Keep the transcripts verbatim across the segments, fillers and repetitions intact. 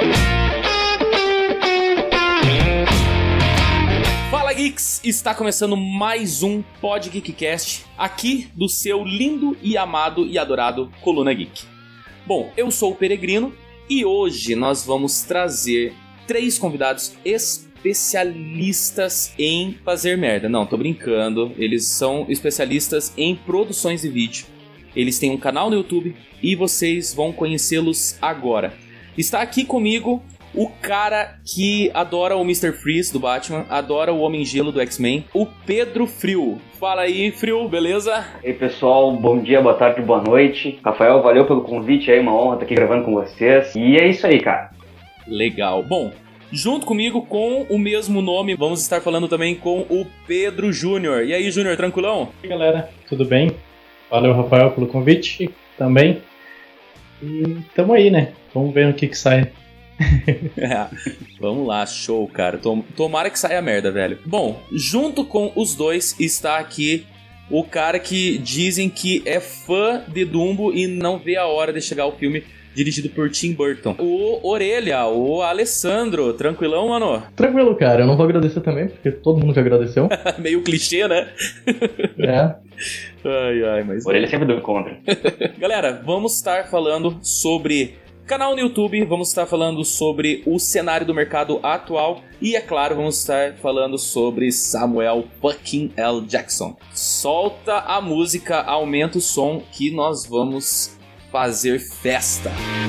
Fala Geeks, está começando mais um Pod Geekcast aqui do seu lindo e amado e adorado Coluna Geek. Bom, eu sou o Peregrino e hoje nós vamos trazer três convidados especialistas em fazer merda. Não, tô brincando, eles são especialistas em produções de vídeo. Eles têm um canal no YouTube e vocês vão conhecê-los agora. Está aqui comigo o cara que adora o mister Freeze do Batman, adora o Homem-Gelo do X-Men, o Pedro Frio. Fala aí, Frio, beleza? E aí, pessoal, bom dia, boa tarde, boa noite. Rafael, valeu pelo convite aí, uma honra estar aqui gravando com vocês. E é isso aí, cara. Legal. Bom, junto comigo, com o mesmo nome, vamos estar falando também com o Pedro Júnior. E aí, Júnior, tranquilão? E aí, galera, tudo bem? Valeu, Rafael, pelo convite também. E tamo aí, né? Vamos ver o que que sai. É, vamos lá, show, cara. Tom- Tomara que saia merda, velho. Bom, junto com os dois está aqui o cara que dizem que é fã de Dumbo e não vê a hora de chegar o filme dirigido por Tim Burton. O Orelha, o Alessandro. Tranquilão, mano? Tranquilo, cara. Eu não vou agradecer também, porque todo mundo já agradeceu. Meio clichê, né? É. Ai, ai, mas... Orelha sempre do contra. Galera, vamos estar falando sobre canal no YouTube, vamos estar falando sobre o cenário do mercado atual e, é claro, vamos estar falando sobre Samuel fucking L. Jackson. Solta a música, aumenta o som que nós vamos fazer festa.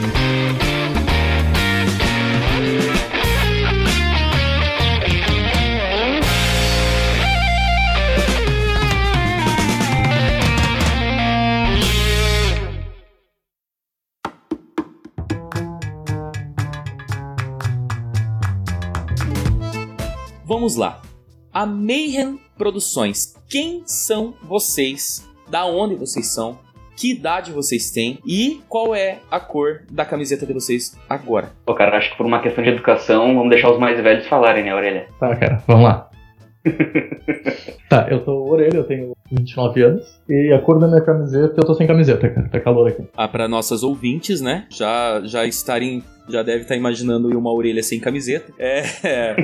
Vamos lá. A Mayhem Produções. Quem são vocês? Da onde vocês são? Que idade vocês têm? E qual é a cor da camiseta de vocês agora? Pô, cara, acho que por uma questão de educação, vamos deixar os mais velhos falarem, né, Orelha? Tá, cara, vamos lá. Tá, eu sou o Orelha, eu tenho vinte e nove anos. E a cor da minha camiseta, eu tô sem camiseta, cara. Tá calor aqui. Ah, para nossas ouvintes, né? Já, já estarem... Já deve estar imaginando uma Orelha sem camiseta. É...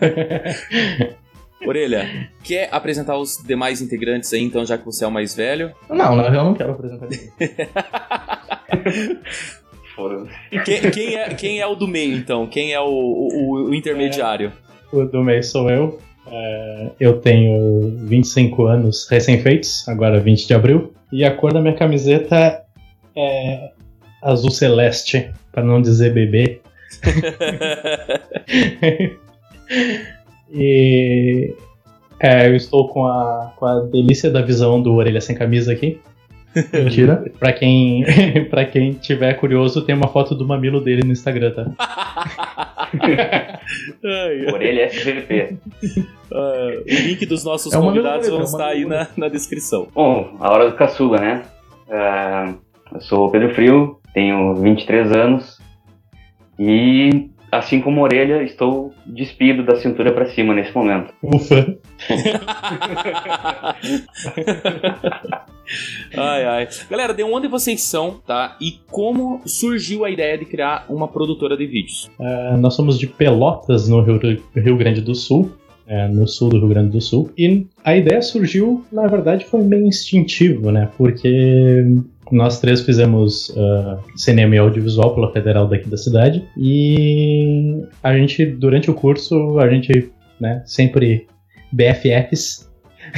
Orelha, quer apresentar os demais integrantes aí, então, já que você é o mais velho? Não, não, eu não quero apresentar ninguém. quem, quem, é, quem é o do meio, então? Quem é o, o, o intermediário? É, o do meio sou eu. É, eu tenho vinte e cinco anos recém-feitos, agora vinte de abril. E a cor da minha camiseta é azul celeste, para não dizer bebê. E é, eu estou com a, com a delícia da visão do Orelha Sem Camisa aqui. Mentira. Pra quem, pra quem tiver curioso, tem uma foto do mamilo dele no Instagram, tá? Orelha S V P. Uh, o link dos nossos é convidados letra, vão é estar aí letra. na, na descrição. Bom, a hora do caçula, né? Uh, eu sou o Pedro Frio, tenho vinte e três anos e, assim como Orelha, estou despido da cintura pra cima nesse momento. Ufa! Ai, ai. Galera, de onde vocês são, tá? E como surgiu a ideia de criar uma produtora de vídeos? Uh, nós somos de Pelotas, no Rio, Rio Grande do Sul. É, no sul do Rio Grande do Sul. E a ideia surgiu, na verdade, foi meio instintivo, né? Porque nós três fizemos uh, cinema e audiovisual pela Federal daqui da cidade. E a gente, durante o curso, a gente, né, sempre B F Fs.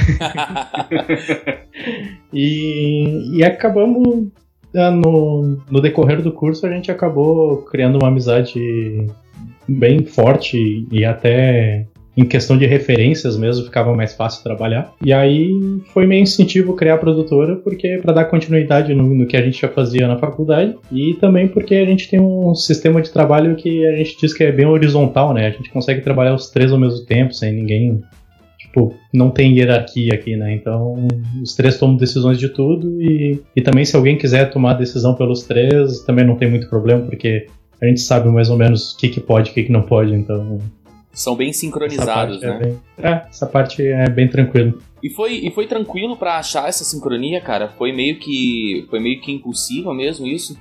e, e acabamos, uh, no, no decorrer do curso, a gente acabou criando uma amizade bem forte e até... em questão de referências mesmo, ficava mais fácil trabalhar. E aí foi meio incentivo criar a produtora, porque para dar continuidade no, no que a gente já fazia na faculdade, e também porque a gente tem um sistema de trabalho que a gente diz que é bem horizontal, né? A gente consegue trabalhar os três ao mesmo tempo, sem ninguém... Tipo, não tem hierarquia aqui, né? Então, os três tomam decisões de tudo, e, e também se alguém quiser tomar decisão pelos três, também não tem muito problema, porque a gente sabe mais ou menos o que, que pode e o que, que não pode, então... São bem sincronizados, né? É, bem, é, essa parte é bem tranquilo. E foi, e foi tranquilo pra achar essa sincronia, cara? Foi meio que foi meio que impulsiva mesmo isso?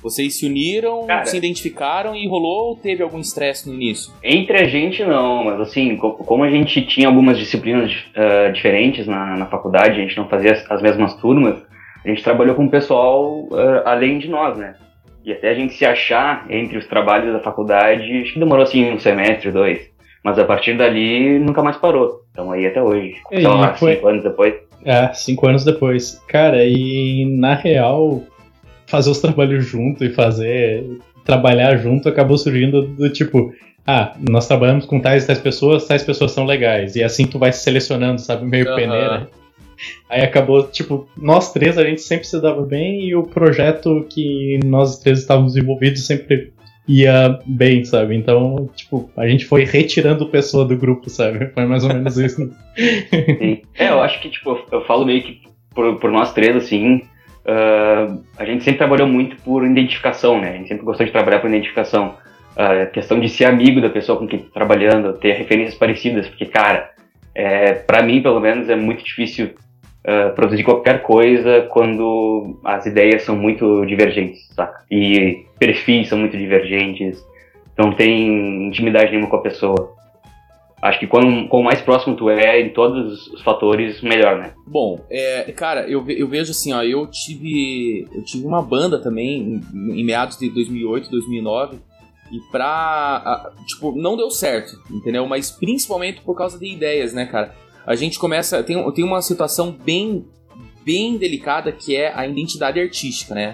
Vocês se uniram, Cara, se identificaram e rolou ou teve algum estresse no início? Entre a gente não, mas assim, co- como a gente tinha algumas disciplinas uh, diferentes na, na faculdade, a gente não fazia as, as mesmas turmas, a gente trabalhou com o pessoal uh, além de nós, né? E até a gente se achar entre os trabalhos da faculdade, acho que demorou assim um semestre, dois. Mas a partir dali nunca mais parou. Estamos aí até hoje. E Sei lá, foi- cinco anos depois. É, cinco anos depois. Cara, e na real, fazer os trabalhos junto e fazer. Trabalhar junto acabou surgindo do tipo. Ah, nós trabalhamos com tais e tais pessoas, tais pessoas são legais. E assim tu vai se selecionando, sabe? Meio Aham. peneira. Aí acabou, tipo, nós três a gente sempre se dava bem e o projeto que nós três estávamos envolvidos sempre ia bem, sabe? Então, tipo, a gente foi retirando pessoa do grupo, sabe? Foi mais ou menos isso. Sim. É, eu acho que, tipo, eu falo meio que por, por nós três, assim, uh, a gente sempre trabalhou muito por identificação, né? A gente sempre gostou de trabalhar por identificação. A uh, questão de ser amigo da pessoa com quem tá trabalhando, ter referências parecidas, porque, cara, é, pra mim, pelo menos, é muito difícil uh, produzir qualquer coisa quando as ideias são muito divergentes, saca? E perfis são muito divergentes, não tem intimidade nenhuma com a pessoa. Acho que quando, quanto mais próximo tu é em todos os fatores, melhor, né? Bom, é, cara, eu, ve- eu vejo assim, ó, eu tive, eu tive uma banda também em, em meados de dois mil e oito, dois mil e nove, e pra, a- tipo, não deu certo, entendeu? Mas principalmente por causa de ideias, né, cara? A gente começa, tem, tem uma situação bem, bem delicada que é a identidade artística, né?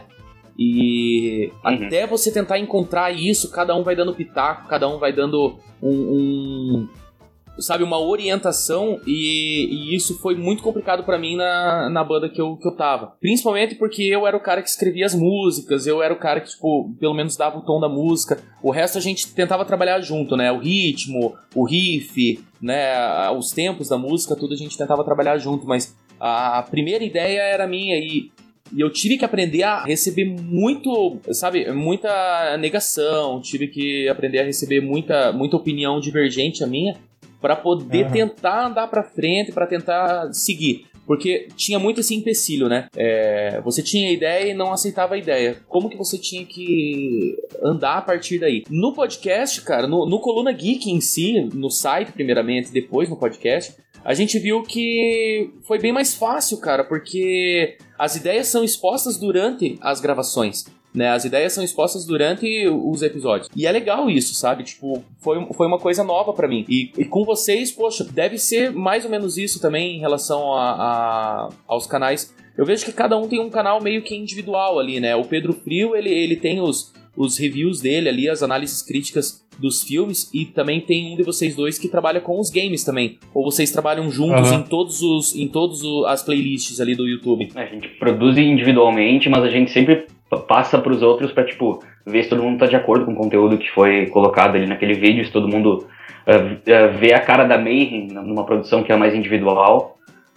E Uhum. até você tentar encontrar isso, cada um vai dando pitaco, cada um vai dando um... um sabe, uma orientação, e, e isso foi muito complicado pra mim na, na banda que eu, que eu tava. Principalmente porque eu era o cara que escrevia as músicas, eu era o cara que, tipo, pelo menos dava o tom da música. O resto a gente tentava trabalhar junto, né? O ritmo, o riff, né? Os tempos da música, tudo a gente tentava trabalhar junto, mas a primeira ideia era minha e... E eu tive que aprender a receber muito, sabe, muita negação, tive que aprender a receber muita, muita opinião divergente a minha, pra poder Uhum. tentar andar pra frente, pra tentar seguir. Porque tinha muito esse empecilho, né? É, você tinha a ideia e não aceitava a ideia. Como que você tinha que andar a partir daí? No podcast, cara, no, no Coluna Geek em si, no site primeiramente, depois no podcast, a gente viu que foi bem mais fácil, cara, porque as ideias são expostas durante as gravações. Né, as ideias são expostas durante os episódios. E é legal isso, sabe? Tipo, foi, foi uma coisa nova pra mim. E, e com vocês, poxa, deve ser mais ou menos isso também em relação a, a, aos canais. Eu vejo que cada um tem um canal meio que individual ali, né? O Pedro Frio, ele, ele tem os, os reviews dele ali, as análises críticas dos filmes, e também tem um de vocês dois que trabalha com os games também. Ou vocês trabalham juntos Uhum. em todos os em todos o- as playlists ali do YouTube. A gente produz individualmente, mas a gente sempre p- passa pros outros pra, tipo, ver se todo mundo tá de acordo com o conteúdo que foi colocado ali naquele vídeo, se todo mundo uh, uh, vê a cara da Mayhem numa produção que é mais individual,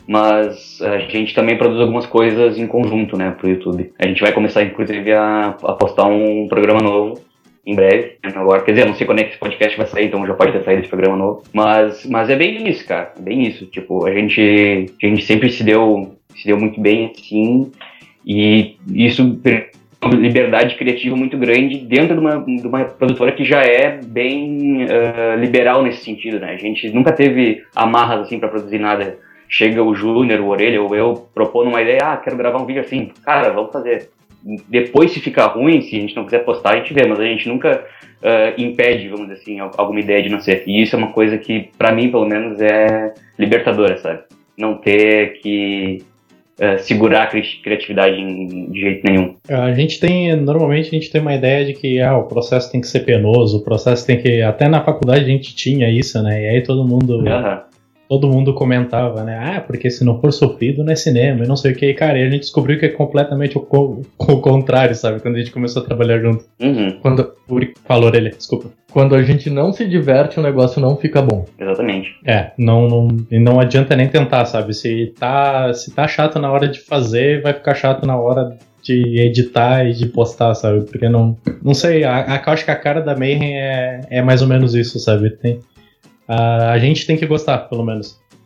mas a gente também produz algumas coisas em conjunto, né, pro YouTube. A gente vai começar, inclusive, a, a postar um programa novo em breve, né, agora, quer dizer, eu não sei quando é que esse podcast vai sair, então já pode ter saído esse programa novo, mas, mas é bem isso, cara, é bem isso, tipo, a gente, a gente sempre se deu, se deu muito bem, assim, e isso permite uma liberdade criativa muito grande dentro de uma, de uma produtora que já é bem uh, liberal nesse sentido, né, a gente nunca teve amarras, assim, pra produzir nada. Chega o Júnior, o Orelha ou eu propondo uma ideia, ah, quero gravar um vídeo assim, cara, vamos fazer. Depois, se ficar ruim, se a gente não quiser postar, a gente vê, mas a gente nunca uh, impede, vamos dizer assim, alguma ideia de nascer. E isso é uma coisa que, pra mim, pelo menos, é libertadora, sabe? Não ter que uh, segurar a cri- criatividade em, de jeito nenhum. A gente tem, normalmente a gente tem uma ideia de que ah, o processo tem que ser penoso, o processo tem que... Até na faculdade a gente tinha isso, né? E aí todo mundo... Uhum. Todo mundo comentava, né? Ah, porque se não for sofrido não é cinema, e não sei o que. E, cara, e a gente descobriu que é completamente o, co- o contrário, sabe? Quando a gente começou a trabalhar junto. Uhum, Quando... Falou, Orelha, desculpa. Quando a gente não se diverte, o negócio não fica bom. exatamente. É, não, não, e não adianta nem tentar, sabe? Se tá, se tá chato na hora de fazer, vai ficar chato na hora de editar e de postar, sabe? Porque não... Não sei, a, a, eu acho que a cara da Mayhem é, é mais ou menos isso, sabe? Tem... A, a gente tem que gostar, pelo menos.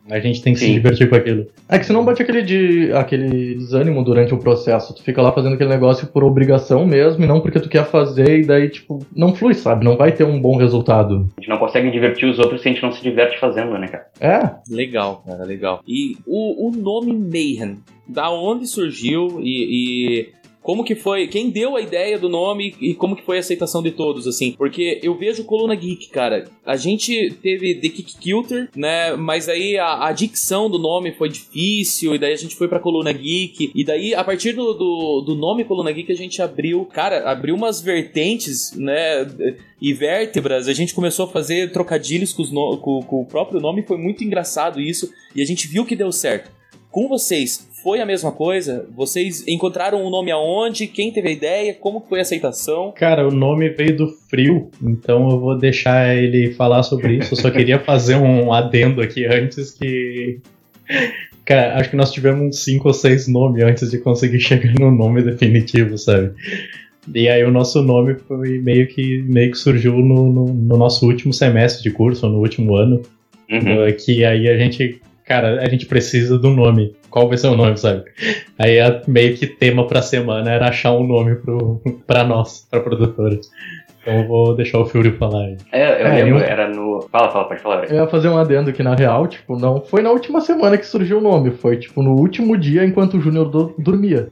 A gente tem que Sim. se divertir com aquilo. É que senão bate aquele, de, aquele desânimo durante o processo. Tu fica lá fazendo aquele negócio por obrigação mesmo, e não porque tu quer fazer, e daí, tipo, não flui, sabe? Não vai ter um bom resultado. A gente não consegue divertir os outros se a gente não se diverte fazendo, né, cara? É, Legal, cara, legal. E o, o nome Mayhem, da onde surgiu e, e como que foi, quem deu a ideia do nome e como que foi a aceitação de todos, assim? Porque eu vejo Coluna Geek, cara, a gente teve The Kick Kilter, né, mas aí a, a dicção do nome foi difícil, e daí a gente foi pra Coluna Geek, e daí a partir do, do, do nome Coluna Geek a gente abriu, cara, abriu umas vertentes, né, e vértebras, a gente começou a fazer trocadilhos com, os no, com, com o próprio nome, foi muito engraçado isso, e a gente viu que deu certo. Com vocês, foi a mesma coisa? Vocês encontraram o nome aonde? Quem teve a ideia? Como foi a aceitação? Cara, o nome veio do Frio, então eu vou deixar ele falar sobre isso. Eu só queria fazer um adendo aqui antes que... Cara, acho que nós tivemos uns cinco ou seis nomes antes de conseguir chegar no nome definitivo, sabe? E aí o nosso nome foi meio que, meio que surgiu no, no, no nosso último semestre de curso, no último ano. Uhum. Que aí a gente... Cara, a gente precisa do nome. Qual vai ser o nome, sabe? Aí a, meio que tema pra semana era achar um nome pro, pra nós, pra produtora. Então eu vou deixar o Fury falar aí. É, eu É, lembro, eu- era no... Fala, fala, pode falar. eu ia fazer um adendo que na real, tipo, não foi na última semana que surgiu o nome, foi, tipo, no último dia enquanto o Júnior do- dormia.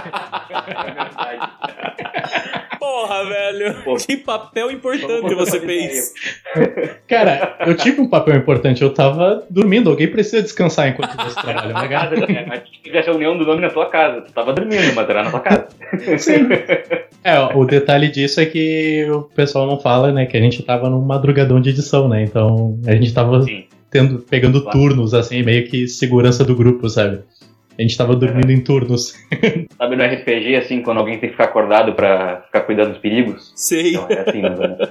É verdade. Porra, velho! Pô. Que papel importante você fez! Cara, eu tive um papel importante. Eu tava dormindo. Alguém precisa descansar enquanto você trabalha, Na né, casa, cara? né? A gente tivesse a reunião do nome na tua casa. Tu tava dormindo, mas era na tua casa. Sim. É, o detalhe disso é que o pessoal não fala, né? Que a gente tava num madrugadão de edição, né? Então a gente tava Sim. tendo, pegando Claro. turnos, assim, meio que segurança do grupo, sabe? A gente tava dormindo em turnos. Sabe no R P G, assim, quando alguém tem que ficar acordado pra ficar cuidando dos perigos? Sei. Então, é assim, mais ou menos.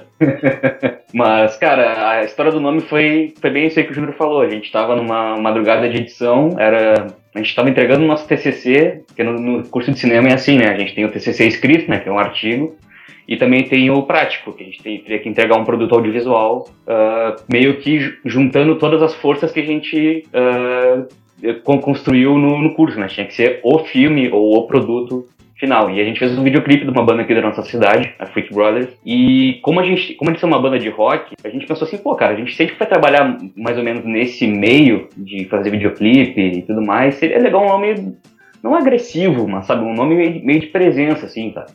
Mas, cara, a história do nome foi, foi bem isso aí que o Júnior falou. A gente tava numa madrugada de edição, era... A gente tava entregando o nosso T C C, porque no, no curso de cinema é assim, né? A gente tem o T C C escrito, né, que é um artigo, e também tem o prático, que a gente tem, teria que entregar um produto audiovisual, ah, meio que ju- juntando todas as forças que a gente ah, con- construiu no, no curso, né? Tinha que ser o filme ou o produto final. E a gente fez um videoclipe de uma banda aqui da nossa cidade, a Freak Brothers. E como a gente, como eles são uma banda de rock, a gente pensou assim, pô, cara, a gente sempre vai trabalhar mais ou menos nesse meio de fazer videoclipe e tudo mais. Seria legal um nome não agressivo, mas sabe, um nome meio, meio de presença, assim, tá?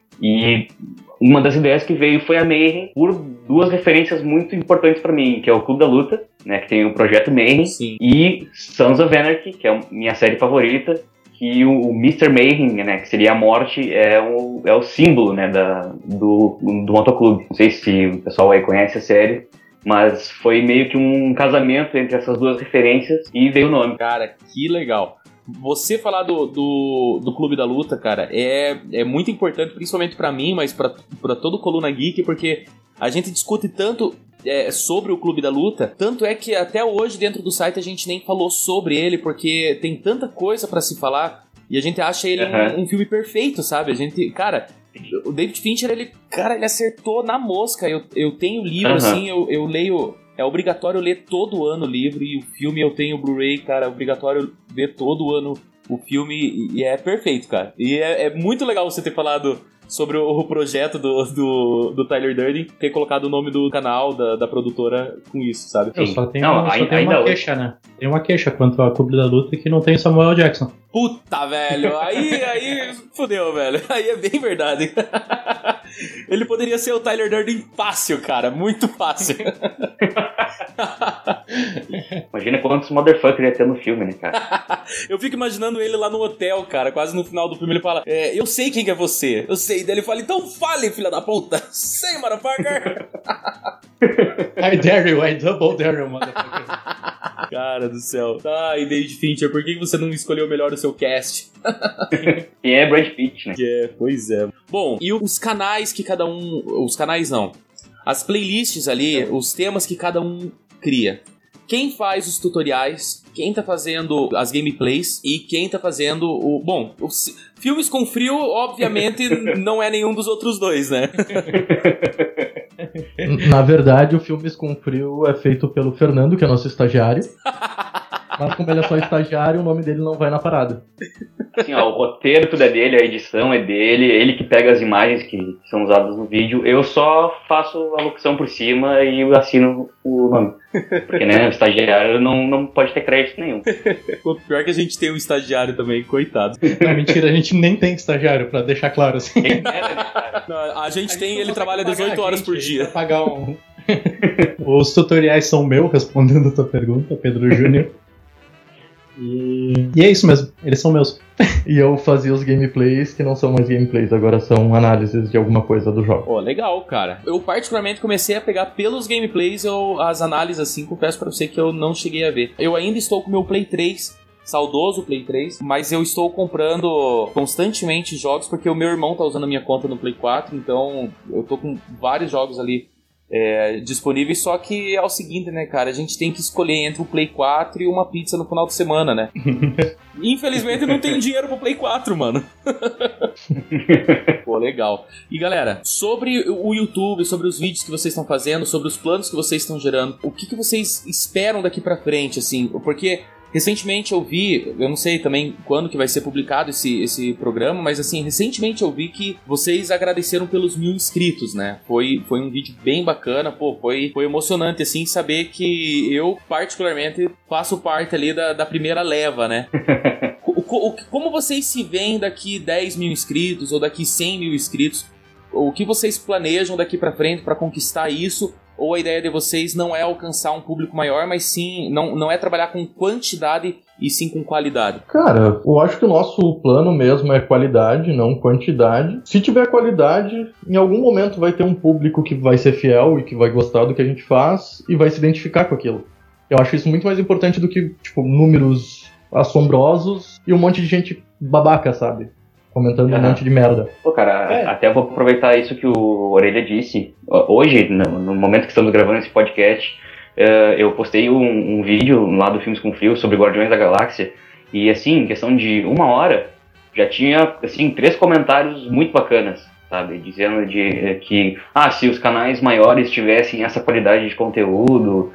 E uma das ideias que veio foi a Mayhem por duas referências muito importantes pra mim, que é o Clube da Luta, né, que tem o Projeto Mayhem, Sim. e Sons of Anarchy, que é a minha série favorita, que o, o mister Mayhem, né, que seria a morte, é o, é o símbolo, né, da, do, do motoclube. Não sei se o pessoal aí conhece a série, mas foi meio que um casamento entre essas duas referências e veio o nome. Cara, que legal. Você falar do, do, do Clube da Luta, cara, é, é muito importante, principalmente pra mim, mas pra, pra todo Coluna Geek, porque a gente discute tanto é, sobre o Clube da Luta, tanto é que até hoje dentro do site a gente nem falou sobre ele, porque tem tanta coisa pra se falar, e a gente acha ele Uhum. um, um filme perfeito, sabe? A gente, cara, o David Fincher, ele, cara, ele acertou na mosca. Eu, eu tenho o livro, Uhum. assim, eu, eu leio... É obrigatório ler todo ano o livro, e o filme eu tenho o Blu-ray, cara, é obrigatório ver todo ano o filme, e, e é perfeito, cara. E é, é muito legal você ter falado sobre o, o projeto do, do, do Tyler Durden, ter colocado o nome do canal, da, da produtora com isso, sabe? Eu só tenho, Não, eu só ainda- tenho ainda uma hoje. queixa, né? Tem uma queixa quanto ao Clube da Luta que não tem Samuel Jackson. Puta, velho, aí, aí, fodeu, velho, aí é bem verdade. Ele poderia ser o Tyler Durden fácil, cara, muito fácil. Imagina quantos motherfuckers ia ter no filme, né, cara? Eu fico imaginando ele lá no hotel, cara, quase no final do filme ele fala, é, eu sei quem que é você, eu sei. Daí ele fala, então fale, filha da puta. Sei, motherfucker. I dare you, I double dare you, motherfucker. Cara do céu. Ai, David Fincher, por que você não escolheu melhor o seu cast? E é Brad Pitt, né? É, pois é. Bom, e os canais que cada um... Os canais não. As playlists ali, os temas que cada um cria. Quem faz os tutoriais, quem tá fazendo as gameplays e quem tá fazendo o... Bom, os filmes com frio, obviamente, não é nenhum dos outros dois, né? Na verdade, o Filmes com Frio é feito pelo Fernando, que é nosso estagiário. Mas como ele é só estagiário, o nome dele não vai na parada. Assim, ó, o roteiro tudo é dele, a edição é dele, ele que pega as imagens que são usadas no vídeo, eu só faço a locução por cima e assino o nome. Porque, né, o estagiário não, não pode ter crédito nenhum. O pior que a gente tem um estagiário também, coitado. Não, mentira, a gente nem tem estagiário, pra deixar claro assim. Não, a gente A tem, gente ele não trabalha consegue dezoito pagar a horas gente por dia. pra pagar um... Os tutoriais são meus, respondendo a tua pergunta, Pedro Júnior. E... e é isso mesmo, eles são meus. E eu fazia os gameplays que não são mais gameplays, agora são análises de alguma coisa do jogo. Pô, legal, cara. Eu particularmente comecei a pegar pelos gameplays, eu, as análises assim, confesso pra você que eu não cheguei a ver. Eu ainda estou com o meu Play três, saudoso Play três, mas eu estou comprando constantemente jogos, porque o meu irmão tá usando a minha conta no Play quatro, então eu tô com vários jogos ali É, disponíveis, só que é o seguinte, né, cara, a gente tem que escolher entre o Play quatro e uma pizza no final de semana, né? Infelizmente não tem dinheiro pro Play quatro, mano. Pô, legal. E galera, sobre o YouTube, sobre os vídeos que vocês estão fazendo, sobre os planos que vocês estão gerando, o que, que vocês esperam daqui pra frente, assim? Porque recentemente eu vi, eu não sei também quando que vai ser publicado esse, esse programa, mas assim, recentemente eu vi que vocês agradeceram pelos mil inscritos, né? Foi, foi um vídeo bem bacana, pô, foi, foi emocionante, assim, saber que eu, particularmente, faço parte ali da, da primeira leva, né? o, o, como vocês se veem daqui dez mil inscritos ou daqui cem mil inscritos? O que vocês planejam daqui pra frente pra conquistar isso? Ou a ideia de vocês não é alcançar um público maior, mas sim, não, não é trabalhar com quantidade e sim com qualidade? Cara, eu acho que o nosso plano mesmo é qualidade, não quantidade. Se tiver qualidade, em algum momento vai ter um público que vai ser fiel e que vai gostar do que a gente faz e vai se identificar com aquilo. Eu acho isso muito mais importante do que, tipo, números assombrosos e um monte de gente babaca, sabe? Comentando uhum. um monte de merda. Pô, cara, é. até vou aproveitar isso que o Orelha disse. Hoje, no, no momento que estamos gravando esse podcast, uh, eu postei um, um vídeo lá do Filmes com Fio sobre Guardiões da Galáxia. E assim, em questão de uma hora, já tinha assim, três comentários muito bacanas, sabe? Dizendo de, que, ah, se os canais maiores tivessem essa qualidade de conteúdo...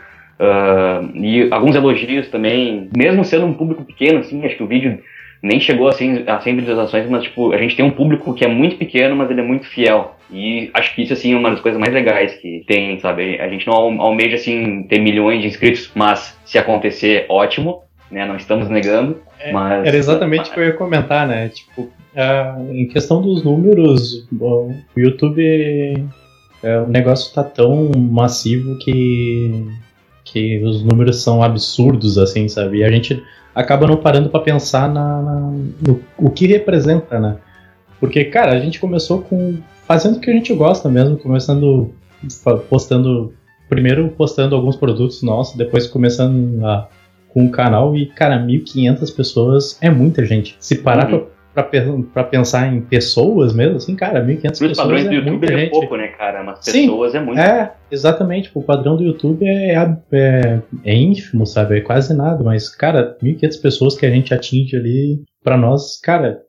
Uh, e alguns elogios também. Mesmo sendo um público pequeno, assim, acho que o vídeo... nem chegou a cem, a cem visualizações, mas tipo, a gente tem um público que é muito pequeno, mas ele é muito fiel. E acho que isso, assim, é uma das coisas mais legais que tem, sabe? A gente não almeja, assim, ter milhões de inscritos, mas se acontecer, ótimo, né? Não estamos negando, é, mas... Era exatamente o que eu ia comentar, né? Tipo, uh, em questão dos números, o YouTube, uh, o negócio tá tão massivo que, que os números são absurdos, assim, sabe? E a gente... acaba não parando pra pensar na, na, no o que representa, né? Porque, cara, a gente começou com fazendo o que a gente gosta mesmo, começando postando, primeiro postando alguns produtos nossos, depois começando a, com o canal e, cara, mil e quinhentas pessoas é muita gente. Se parar uhum. pra, pra, pra pensar em pessoas mesmo, assim, cara, mil e quinhentas pessoas padrões é do YouTube muita é gente. pouco, né, cara? Mas Sim, pessoas é muito. É, exatamente. O padrão do YouTube é, é, é ínfimo, sabe? É quase nada. Mas, cara, mil e quinhentas pessoas que a gente atinge ali, pra nós, cara,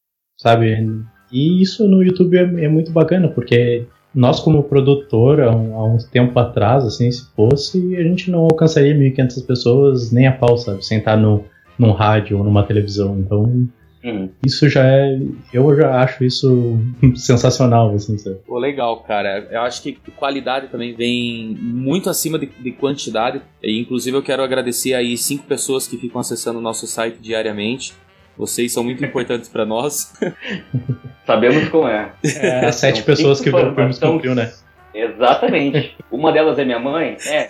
sabe? E isso no YouTube é, é muito bacana, porque nós, como produtor, há um, há um tempo atrás, assim, se fosse, a gente não alcançaria mil e quinhentas pessoas nem a pau, sabe? Sem estar no, num rádio ou numa televisão. Então... Uhum. Isso já é... eu já acho isso sensacional, assim, sabe? Pô, legal, cara. Eu acho que qualidade também vem muito acima de, de quantidade. E, inclusive, eu quero agradecer aí cinco pessoas que ficam acessando o nosso site diariamente. Vocês são muito importantes pra nós. Sabemos como é. É, as sete pessoas que viram o Filmes com Fio, né? Exatamente. Uma delas é minha mãe? É.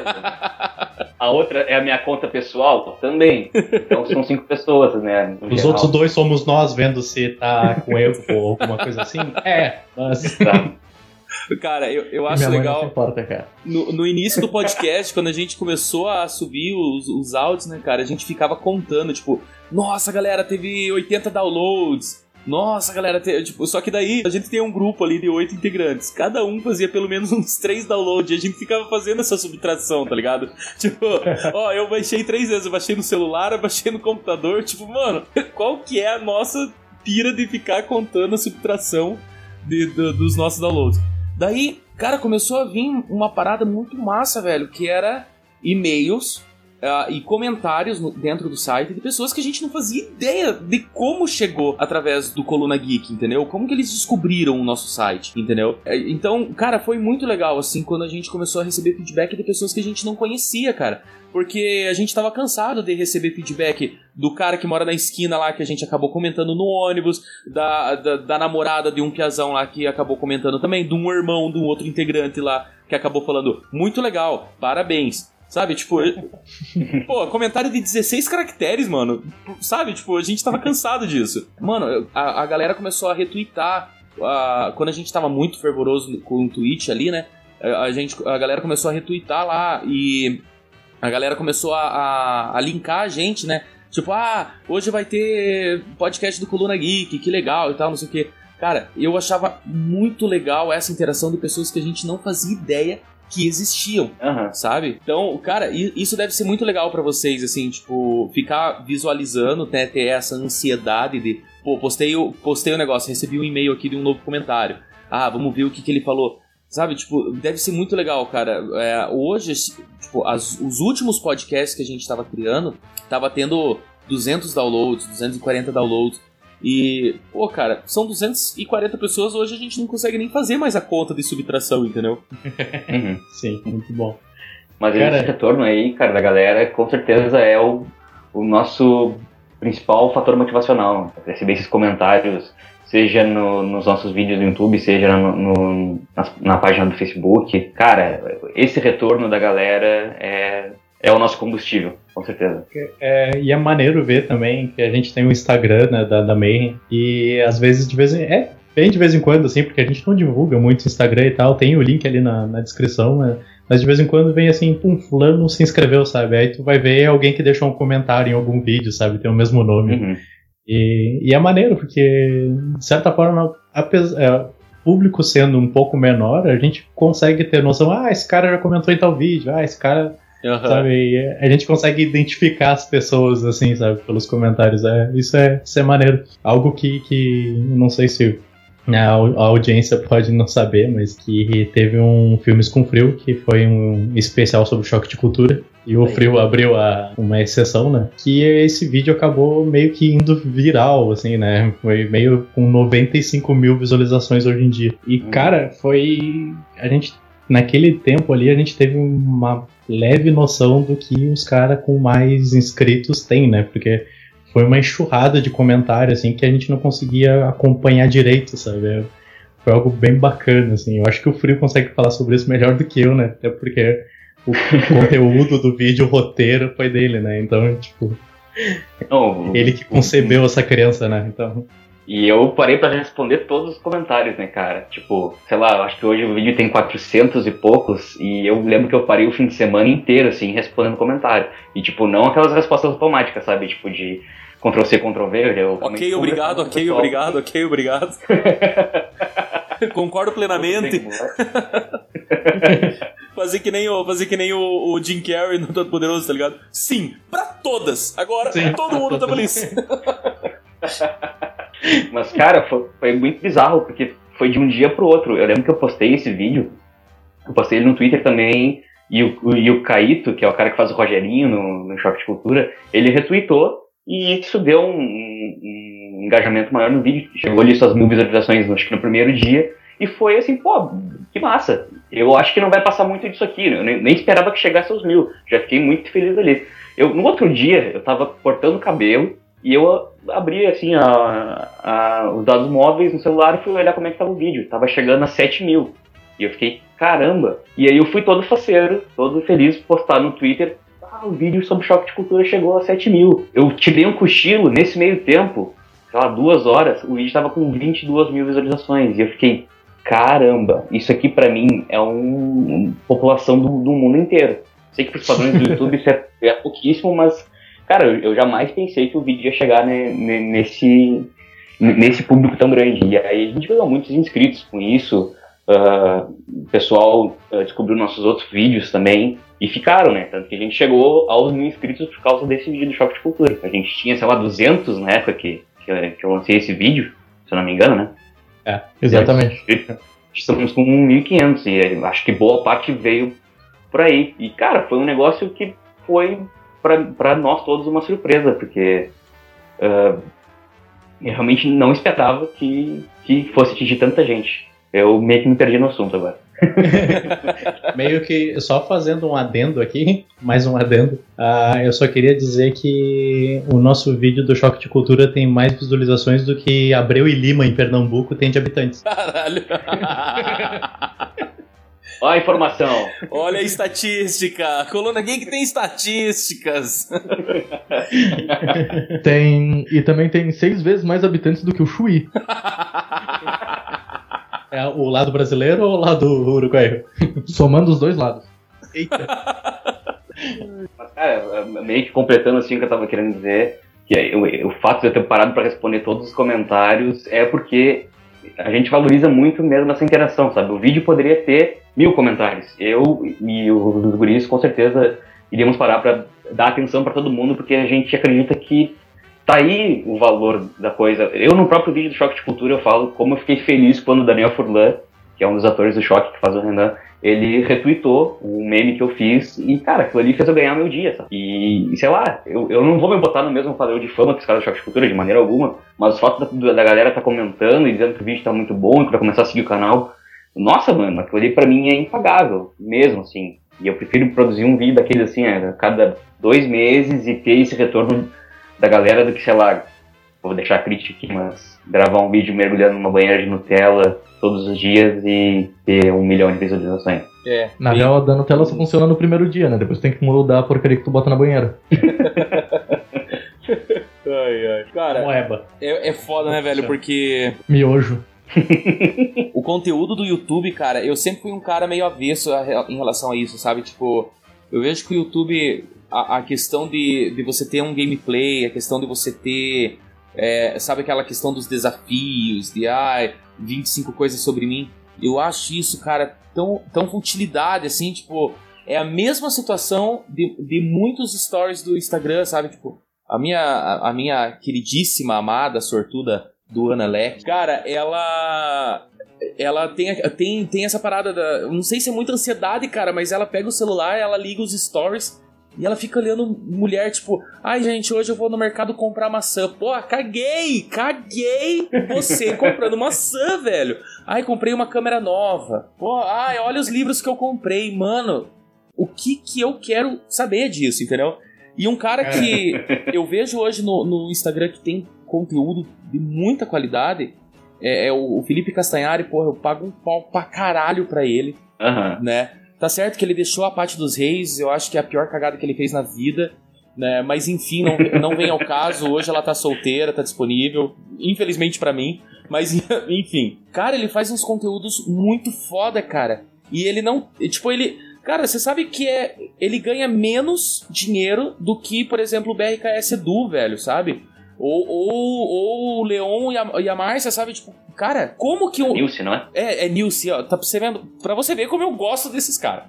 A outra é a minha conta pessoal? Também. Então são cinco pessoas, né? Os geral. Outros dois somos nós vendo se tá com erro ou alguma coisa assim? É. Mas... Tá. Cara, eu, eu acho legal. Não importa, cara. No, no início do podcast, quando a gente começou a subir os, os áudios, né, cara, a gente ficava contando, tipo, nossa, galera, teve oitenta downloads. Nossa, galera, te... tipo, só que daí a gente tem um grupo ali de oito integrantes. Cada um fazia pelo menos uns três downloads e a gente ficava fazendo essa subtração, tá ligado? Tipo, ó, eu baixei três vezes, eu baixei no celular, eu baixei no computador. Tipo, mano, qual que é a nossa pira de ficar contando a subtração de, de, dos nossos downloads? Daí, cara, começou a vir uma parada muito massa, velho, que era e-mails uh, e comentários no, dentro do site de pessoas que a gente não fazia ideia de como chegou através do Coluna Geek, entendeu? Como que eles descobriram o nosso site, entendeu? Então, cara, foi muito legal, assim, quando a gente começou a receber feedback de pessoas que a gente não conhecia, cara. Porque a gente tava cansado de receber feedback do cara que mora na esquina lá, que a gente acabou comentando no ônibus, da, da, da namorada de um piazão lá que acabou comentando também, de um irmão de um outro integrante lá, que acabou falando, muito legal, parabéns. Sabe, tipo, pô, comentário de dezesseis caracteres, mano. Sabe, tipo, a gente tava cansado disso. Mano, a, a galera começou a retweetar, a, quando a gente tava muito fervoroso com o tweet ali, né, a, gente, a galera começou a retweetar lá e... A galera começou a, a, a linkar a gente, né? Tipo, ah, hoje vai ter podcast do Coluna Geek, que legal e tal, não sei o quê. Cara, eu achava muito legal essa interação de pessoas que a gente não fazia ideia que existiam, uhum. sabe? Então, cara, isso deve ser muito legal pra vocês, assim, tipo, ficar visualizando, né, ter essa ansiedade de, pô, postei o, postei o negócio, recebi um e-mail aqui de um novo comentário. Ah, vamos ver o que, que ele falou. Sabe, tipo, deve ser muito legal, cara. É, hoje, tipo, as, os últimos podcasts que a gente tava criando, tava tendo duzentos downloads, duzentos e quarenta downloads. E, pô, cara, são duzentas e quarenta pessoas, hoje a gente não consegue nem fazer mais a conta de subtração, entendeu? Uhum. Sim, muito bom. Mas cara, esse retorno aí, cara, da galera, com certeza é o, o nosso principal fator motivacional. Receber esses comentários, seja no, nos nossos vídeos no YouTube, seja no, no, na, na página do Facebook. Cara, esse retorno da galera é, é o nosso combustível, com certeza. É, e é maneiro ver também que a gente tem o Instagram, né, da, da Mayhem, e às vezes, de vez em, é bem de vez em quando, assim, porque a gente não divulga muito o Instagram e tal, tem o link ali na, na descrição, né, mas de vez em quando vem assim, pum, fulano se inscreveu, sabe? Aí tu vai ver alguém que deixou um comentário em algum vídeo, sabe? Tem o mesmo nome. Uhum. E, e é maneiro, porque, de certa forma, apesar, é, o público sendo um pouco menor, a gente consegue ter noção, ah, esse cara já comentou em tal vídeo, ah, esse cara, uhum. sabe, a gente consegue identificar as pessoas, assim, sabe, pelos comentários, é, isso, é, isso é maneiro. Algo que, que não sei se a, a audiência pode não saber, mas que teve um Filmes com Frio, que foi um especial sobre choque de cultura. E o Frio abriu a, uma exceção, né? Que esse vídeo acabou meio que indo viral, assim, né? Foi meio com noventa e cinco mil visualizações hoje em dia. E, hum. cara, foi... A gente, naquele tempo ali, a gente teve uma leve noção do que os caras com mais inscritos têm, né? Porque foi uma enxurrada de comentários, assim, que a gente não conseguia acompanhar direito, sabe? Foi algo bem bacana, assim. Eu acho que o Frio consegue falar sobre isso melhor do que eu, né? Até porque... o conteúdo do vídeo, o roteiro foi dele, né? Então, tipo... Oh, ele que concebeu essa criança, né? Então... E eu parei pra responder todos os comentários, né, cara? Tipo, sei lá, eu acho que hoje o vídeo tem quatrocentos e poucos, e eu lembro que eu parei o fim de semana inteiro, assim, respondendo comentário. E, tipo, não aquelas respostas automáticas, sabe? Tipo, de Ctrl-C, Ctrl-V. Eu ok, obrigado, ok, obrigado, ok, obrigado. Concordo plenamente. Fazer que nem o, fazer que nem o, o Jim Carrey no Todo Poderoso, tá ligado? Sim, pra todas. Agora Sim, todo mundo tá feliz. Mas, cara, foi, foi muito bizarro, porque foi de um dia pro outro. Eu lembro que eu postei esse vídeo, eu postei ele no Twitter também, e o, e o Caíto, que é o cara que faz o Rogerinho no, no Choque de Cultura, ele retweetou, e isso deu um, um, um engajamento maior no vídeo. Chegou ali suas mil visualizações, acho que no primeiro dia, e foi assim, pô, que massa. Eu acho que não vai passar muito disso aqui, né? Eu nem, nem esperava que chegasse aos mil. Já fiquei muito feliz ali. Eu, no outro dia, eu tava cortando o cabelo e eu abri, assim, a, a, os dados móveis no celular e fui olhar como é que tava o vídeo. Tava chegando a sete mil. E eu fiquei, caramba. E aí eu fui todo faceiro, todo feliz, postar no Twitter. Ah, o vídeo sobre choque de cultura chegou a sete mil. Eu tirei um cochilo nesse meio tempo, sei lá, duas horas, o vídeo tava com vinte e duas mil visualizações. E eu fiquei... Caramba, isso aqui pra mim é um, uma população do, do mundo inteiro. Sei que pros padrões do YouTube isso é, é pouquíssimo, mas, cara, eu, eu jamais pensei que o vídeo ia chegar ne, ne, nesse, nesse público tão grande. E aí a gente ganhou muitos inscritos com isso, uh, o pessoal uh, descobriu nossos outros vídeos também e ficaram, né? Tanto que a gente chegou aos mil inscritos por causa desse vídeo do Choque de Cultura. A gente tinha, sei lá, duzentos na época que, que, que eu lancei esse vídeo, se eu não me engano, né? É, exatamente. Estamos com mil e quinhentos e acho que boa parte veio por aí. E, cara, foi um negócio que foi para nós todos uma surpresa, porque uh, eu realmente não esperava que, que fosse atingir tanta gente. Eu meio que me perdi no assunto agora. Meio que só fazendo um adendo aqui, mais um adendo, uh, eu só queria dizer que o nosso vídeo do Choque de Cultura tem mais visualizações do que Abreu e Lima em Pernambuco tem de habitantes. Caralho. Olha a informação. Olha a estatística. Coluna Geek tem estatísticas. Tem, e também tem seis vezes mais habitantes do que o Chuí. É o lado brasileiro ou o lado uruguaio? Somando os dois lados. Eita. Mas, cara, meio que completando assim o que eu tava querendo dizer, que eu, o fato de eu ter parado para responder todos os comentários é porque a gente valoriza muito mesmo essa interação, sabe? O vídeo poderia ter mil comentários. Eu e os guris, com certeza, iríamos parar para dar atenção para todo mundo, porque a gente acredita que tá aí o valor da coisa. Eu, no próprio vídeo do Choque de Cultura, eu falo como eu fiquei feliz quando o Daniel Furlan, que é um dos atores do Choque, que faz o Renan, ele retweetou o meme que eu fiz e, cara, aquilo ali fez eu ganhar meu dia, sabe? E, sei lá, eu, eu não vou me botar no mesmo padrão de fama que os caras do Choque de Cultura, de maneira alguma, mas o fato da, da galera tá comentando e dizendo que o vídeo tá muito bom e que vai começar a seguir o canal, nossa, mano, aquilo ali pra mim é impagável, mesmo, assim. E eu prefiro produzir um vídeo daqueles, assim, a cada dois meses e ter esse retorno da galera do que, sei lá, vou deixar a crítica aqui, mas gravar um vídeo mergulhando numa banheira de Nutella todos os dias e ter um milhão de visualizações. É. Na real, a da Nutella só funciona no primeiro dia, né? Depois tem que mudar a porcaria que tu bota na banheira. Ai, ai. Cara, Moeba. é, é foda, né, velho? Porque Miojo. o conteúdo do YouTube, cara, eu sempre fui um cara meio avesso a, em relação a isso, sabe? Tipo, eu vejo que o YouTube, a, a questão de, de você ter um gameplay, a questão de você ter, é, sabe aquela questão dos desafios, de, ai, vinte e cinco coisas sobre mim, eu acho isso, cara, tão, tão futilidade, assim, tipo, é a mesma situação de, de muitos stories do Instagram, sabe? Tipo, a minha, a, a minha queridíssima, amada, sortuda do Ana Leck, cara, ela ela tem, tem, tem essa parada da, eu não sei se é muita ansiedade, cara, mas ela pega o celular, ela liga os stories e ela fica olhando mulher, tipo, ai, gente, hoje eu vou no mercado comprar maçã. Pô, caguei, caguei você comprando maçã, velho. Ai, comprei uma câmera nova. Pô, ai, olha os livros que eu comprei, mano. O que que eu quero saber disso, entendeu? E um cara que eu vejo hoje no, no Instagram que tem conteúdo de muita qualidade é, é o, o Felipe Castanhari. Porra, eu pago um pau pra caralho pra ele, Uhum. né? Tá certo que ele deixou a parte dos reis, eu acho que é a pior cagada que ele fez na vida, né? Mas enfim, não, não vem ao caso. Hoje ela tá solteira, tá disponível, infelizmente pra mim, mas enfim. Cara, ele faz uns conteúdos muito foda, cara. E ele não, tipo, ele... Cara, você sabe que é, ele ganha menos dinheiro do que, por exemplo, o B R K S Edu, velho, sabe? Ou, ou, ou o Leon e a, e a Márcia, sabe? Tipo, cara, como que o... Nilce, não é? É, é Nilce, ó. Tá você vendo? Pra você ver como eu gosto desses caras.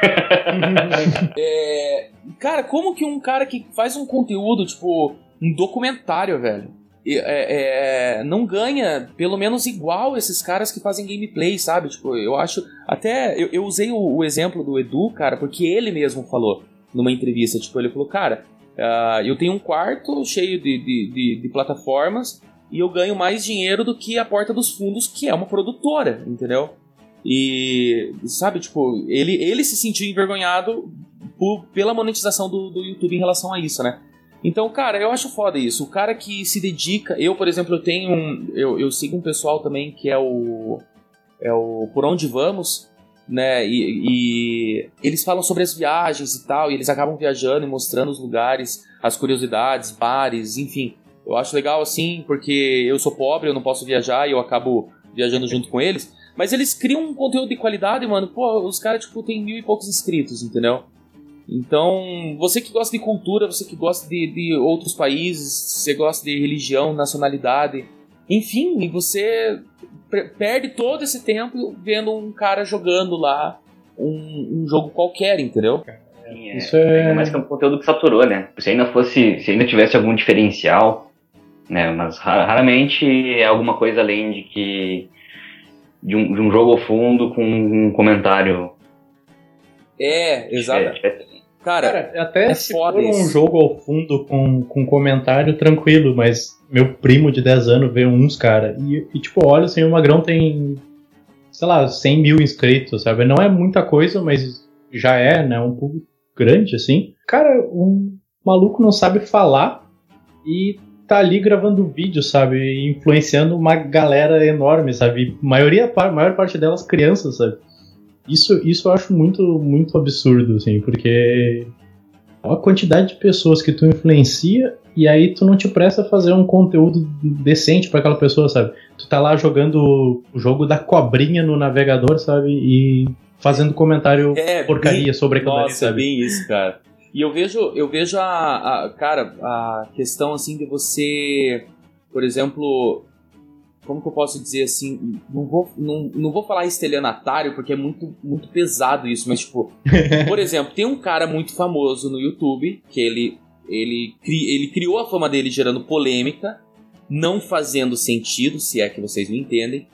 é, cara, como que um cara que faz um conteúdo, tipo, um documentário, velho, é, é, não ganha pelo menos igual esses caras que fazem gameplay, sabe? Tipo, eu acho... Até eu, eu usei o, o exemplo do Edu, cara, porque ele mesmo falou numa entrevista. Tipo, ele falou, cara, uh, eu tenho um quarto cheio de, de, de, de plataformas e eu ganho mais dinheiro do que a Porta dos Fundos, que é uma produtora, entendeu? E, sabe, tipo, ele, ele se sentiu envergonhado por, pela monetização do, do YouTube em relação a isso, né? Então, cara, eu acho foda isso. O cara que se dedica... Eu, por exemplo, eu tenho um... Eu, eu sigo um pessoal também que é o... É o Por Onde Vamos, né? E, e eles falam sobre as viagens e tal, e eles acabam viajando e mostrando os lugares, as curiosidades, bares, enfim. Eu acho legal assim, porque eu sou pobre, eu não posso viajar e eu acabo viajando junto com eles. Mas eles criam um conteúdo de qualidade, mano. Pô, os caras, tipo, tem mil e poucos inscritos, entendeu? Então, você que gosta de cultura, você que gosta de, de outros países, você gosta de religião, nacionalidade, enfim, e você perde todo esse tempo vendo um cara jogando lá um, um jogo qualquer, entendeu? Sim, é, Isso é... ainda mais que é um conteúdo que saturou, né? Se ainda fosse, se ainda tivesse algum diferencial, né? Mas raramente é alguma coisa além de que de um, de um jogo ao fundo com um comentário. É, exato. É, é, Cara, Cara, até é se foda for um isso. jogo ao fundo com, com comentário, tranquilo, mas meu primo de dez anos vê uns, cara, e, e tipo, olha, assim, o Magrão tem, sei lá, cem mil inscritos, sabe? Não é muita coisa, mas já é, né, um público grande, assim. Cara, um maluco não sabe falar e tá ali gravando vídeo, sabe? Influenciando uma galera enorme, sabe? Maioria, a maior parte delas crianças, sabe? Isso, isso eu acho muito, muito absurdo, assim, porque a quantidade de pessoas que tu influencia e aí tu não te presta a fazer um conteúdo decente pra aquela pessoa, sabe? Tu tá lá jogando o jogo da cobrinha no navegador, sabe? E fazendo comentário É, porcaria bem, sobre aquilo ali, nossa, é sabe? bem isso, cara. E eu vejo, eu vejo a, a, cara, a questão, assim, de você, por exemplo, como que eu posso dizer, assim, não vou, não, não vou falar estelionatário, porque é muito, muito pesado isso, mas, tipo, por exemplo, tem um cara muito famoso no YouTube, que ele, ele, cri, ele criou a fama dele gerando polêmica, não fazendo sentido, se é que vocês me entendem,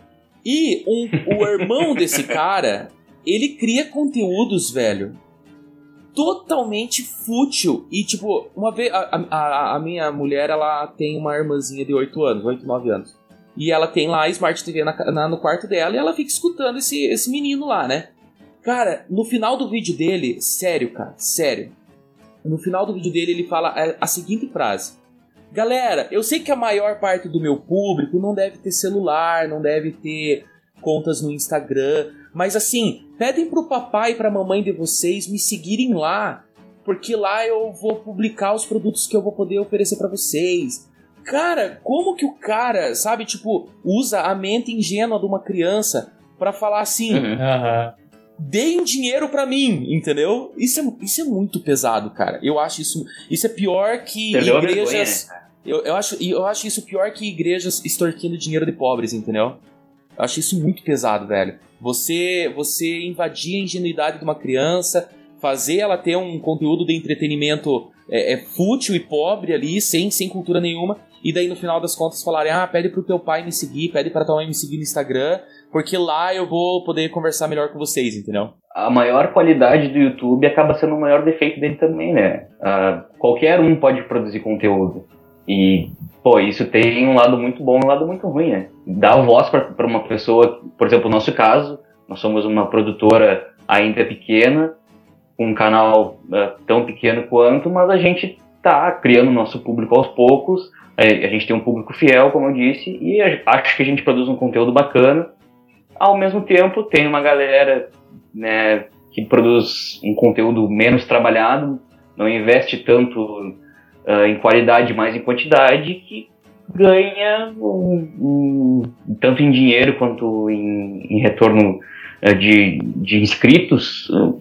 e um, o irmão desse cara, ele cria conteúdos, velho, totalmente fútil. E, tipo, uma vez... A, a, a minha mulher, ela tem uma irmãzinha de oito anos, oito, nove anos. E ela tem lá a Smart T V na, na, no quarto dela e ela fica escutando esse, esse menino lá, né? Cara, no final do vídeo dele... Sério, cara, sério. No final do vídeo dele, ele fala a, a seguinte frase. Galera, eu sei que a maior parte do meu público não deve ter celular, não deve ter contas no Instagram, mas assim, pedem pro papai e pra mamãe de vocês me seguirem lá, porque lá eu vou publicar os produtos que eu vou poder oferecer pra vocês. Cara, como que o cara, sabe, tipo, usa a mente ingênua de uma criança pra falar assim, Uhum. Aham. deem dinheiro pra mim, entendeu? Isso é, isso é muito pesado, cara. Eu acho isso, isso é pior que Perdeu a igrejas... vergonha, né, cara? Eu, eu, acho, eu acho isso pior que igrejas extorquindo dinheiro de pobres, entendeu? Eu acho isso muito pesado, velho. Você, você invadir a ingenuidade de uma criança, fazer ela ter um conteúdo de entretenimento é, é, fútil e pobre ali, sem, sem cultura nenhuma, e daí no final das contas falarem, ah, pede pro teu pai me seguir, pede pra tua mãe me seguir no Instagram, porque lá eu vou poder conversar melhor com vocês, entendeu? A maior qualidade do YouTube acaba sendo o maior defeito dele também, né? Ah, qualquer um pode produzir conteúdo. E, pô, isso tem um lado muito bom e um lado muito ruim, né? Dá voz para uma pessoa, por exemplo, no nosso caso, nós somos uma produtora ainda pequena, com um canal uh, tão pequeno quanto, mas a gente tá criando o nosso público aos poucos, a gente tem um público fiel, como eu disse, e acho que a gente produz um conteúdo bacana. Ao mesmo tempo, tem uma galera, né, que produz um conteúdo menos trabalhado, não investe tanto Uh, em qualidade, mais em quantidade, que ganha um, um, tanto em dinheiro quanto em, em retorno uh, de, de inscritos, uh,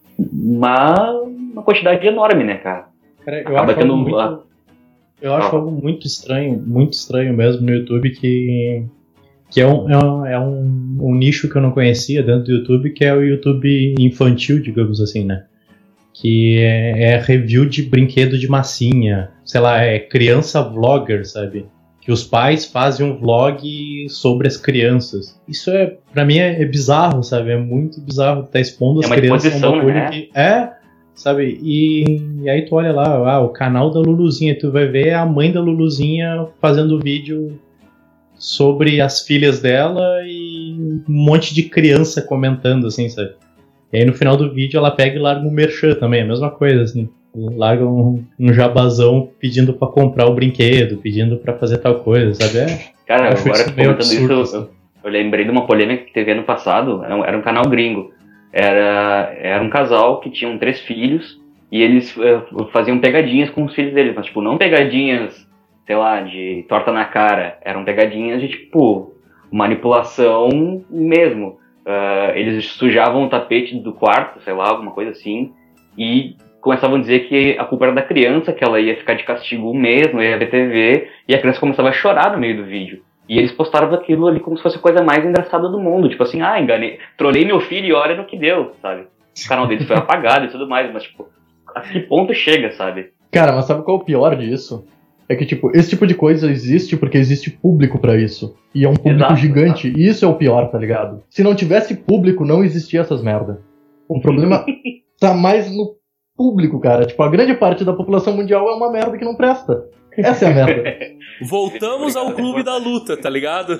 uma, uma quantidade enorme, né, cara? Cara, eu Acaba acho tendo algo muito, a- eu acho Ah. algo muito estranho, muito estranho mesmo no YouTube, que, que é, um, é, um, é um, um nicho que eu não conhecia dentro do YouTube, que é o YouTube infantil, digamos assim, né? Que é, é review de brinquedo de massinha, sei lá, é criança vlogger, sabe? Que os pais fazem um vlog sobre as crianças. Isso é, pra mim, é, é bizarro, sabe? É muito bizarro tá expondo É as uma crianças a um exposição, bagulho né? que é, sabe? E, e aí tu olha lá, ah, o canal da Luluzinha, tu vai ver a mãe da Luluzinha fazendo vídeo sobre as filhas dela e um monte de criança comentando, assim, sabe? E aí no final do vídeo ela pega e larga um merchan também, a mesma coisa, assim. Larga um, um jabazão pedindo pra comprar o brinquedo, pedindo pra fazer tal coisa, sabe? É, Cara, eu acho agora isso meio comentando absurdo, isso, assim. eu, eu lembrei de uma polêmica que teve ano passado, era um, era um canal gringo. Era, era um casal que tinham três filhos e eles uh, faziam pegadinhas com os filhos deles, mas tipo, não pegadinhas, sei lá, de torta na cara, eram pegadinhas de tipo, manipulação mesmo. Uh, eles sujavam o tapete do quarto, sei lá, alguma coisa assim, e começavam a dizer que a culpa era da criança, que ela ia ficar de castigo um mês, não ia ver T V, e a criança começava a chorar no meio do vídeo. E eles postaram aquilo ali como se fosse a coisa mais engraçada do mundo, tipo assim, ah, enganei, trolei meu filho e olha no que deu, sabe? O canal deles foi apagado e tudo mais, mas tipo, a que ponto chega, sabe? Cara, mas sabe qual é o pior disso? É que, tipo, esse tipo de coisa existe porque existe público pra isso. E é um público Exato, gigante. E isso é o pior, tá ligado? Se não tivesse público, não existia essas merda. O problema tá mais no público, cara. Tipo, a grande parte da população mundial é uma merda que não presta. Essa é a merda. Voltamos ao clube da luta, tá ligado?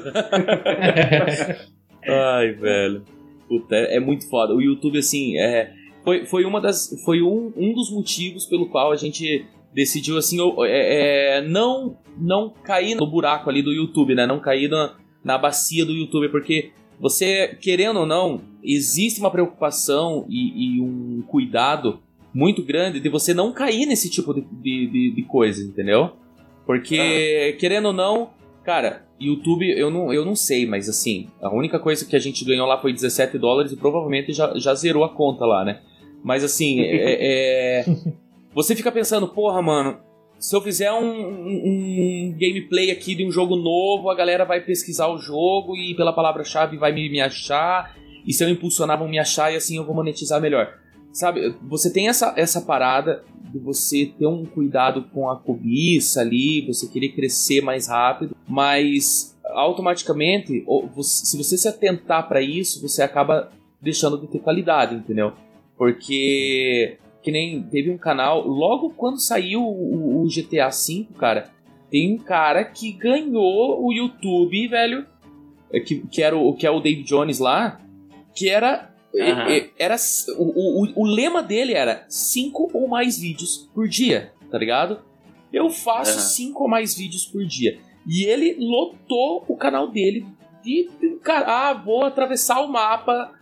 Ai, velho. Puta, é, é muito foda. O YouTube, assim, é, foi, foi, uma das, foi um, um dos motivos pelo qual a gente decidiu, assim, é, é, não, não cair no buraco ali do YouTube, né? Não cair na, na bacia do YouTube, porque você, querendo ou não, existe uma preocupação e, e um cuidado muito grande de você não cair nesse tipo de, de, de, de coisa, entendeu? Porque, ah. querendo ou não, cara, YouTube, eu não, eu não sei, mas assim, a única coisa que a gente ganhou lá foi dezessete dólares e provavelmente já, já zerou a conta lá, né? Mas assim, é, é, você fica pensando, porra, mano, se eu fizer um, um, um gameplay aqui de um jogo novo, a galera vai pesquisar o jogo e pela palavra-chave vai me, me achar, e se eu impulsionar vão me achar e assim eu vou monetizar melhor. Sabe, você tem essa, essa parada de você ter um cuidado com a cobiça ali, você querer crescer mais rápido, mas automaticamente, se você se atentar pra isso, você acaba deixando de ter qualidade, entendeu? Porque, que nem teve um canal, logo quando saiu o, o G T A cinco, cara, tem um cara que ganhou o YouTube, velho, que, que, era o, que é o David Jones lá, que era... Uhum. Era, o, o, o lema dele era cinco ou mais vídeos por dia, tá ligado? Eu faço uhum. cinco ou mais vídeos por dia. E ele lotou o canal dele de, de ah, vou atravessar o mapa,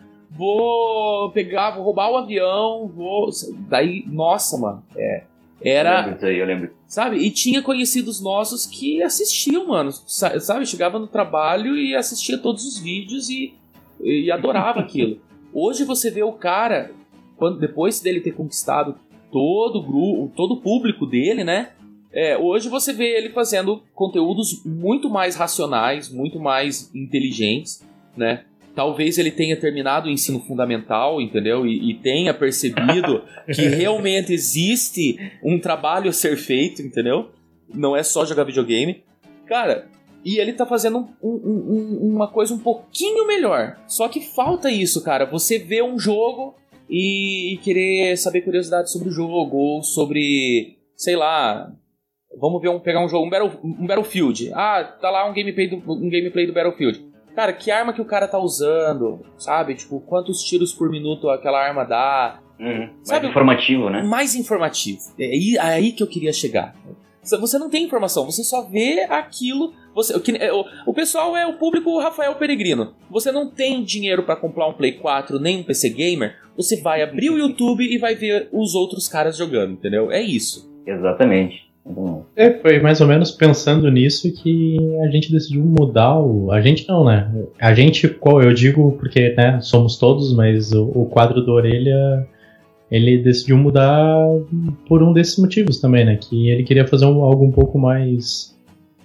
vou pegar, vou roubar o avião, vou... Daí, nossa, mano, é, era... Eu lembro disso aí, eu lembro. Sabe? E tinha conhecidos nossos que assistiam, mano, sabe? Chegava no trabalho e assistia todos os vídeos e, e adorava aquilo. Hoje você vê o cara, quando, depois dele ter conquistado todo o grupo, todo o público dele, né? É, hoje você vê ele fazendo conteúdos muito mais racionais, muito mais inteligentes, né? Talvez ele tenha terminado o ensino fundamental, entendeu? E, e tenha percebido que realmente existe um trabalho a ser feito, entendeu? Não é só jogar videogame. Cara... E ele tá fazendo um, um, um, uma coisa um pouquinho melhor. Só que falta isso, cara. Você vê um jogo e, e querer saber curiosidades sobre o jogo. Ou sobre, sei lá... Vamos ver um, pegar um jogo, um, Battle, um Battlefield. Ah, tá lá um gameplay, do, um gameplay do Battlefield. Cara, que arma que o cara tá usando? Sabe? Tipo, quantos tiros por minuto aquela arma dá? Uhum, sabe? Mais informativo, né? Mais informativo. É aí, é aí que eu queria chegar. Você não tem informação, você só vê aquilo. Você, o, o, o pessoal é o público Rafael Peregrino. Você não tem dinheiro pra comprar um Play quatro nem um P C Gamer. Você vai abrir o YouTube e vai ver os outros caras jogando, entendeu? É isso. Exatamente. É, foi mais ou menos pensando nisso que a gente decidiu mudar o... A gente não, né? A gente, qual eu digo, porque né, somos todos, mas o, o quadro do Orelha... Ele decidiu mudar por um desses motivos também, né? Que ele queria fazer um, algo um pouco mais...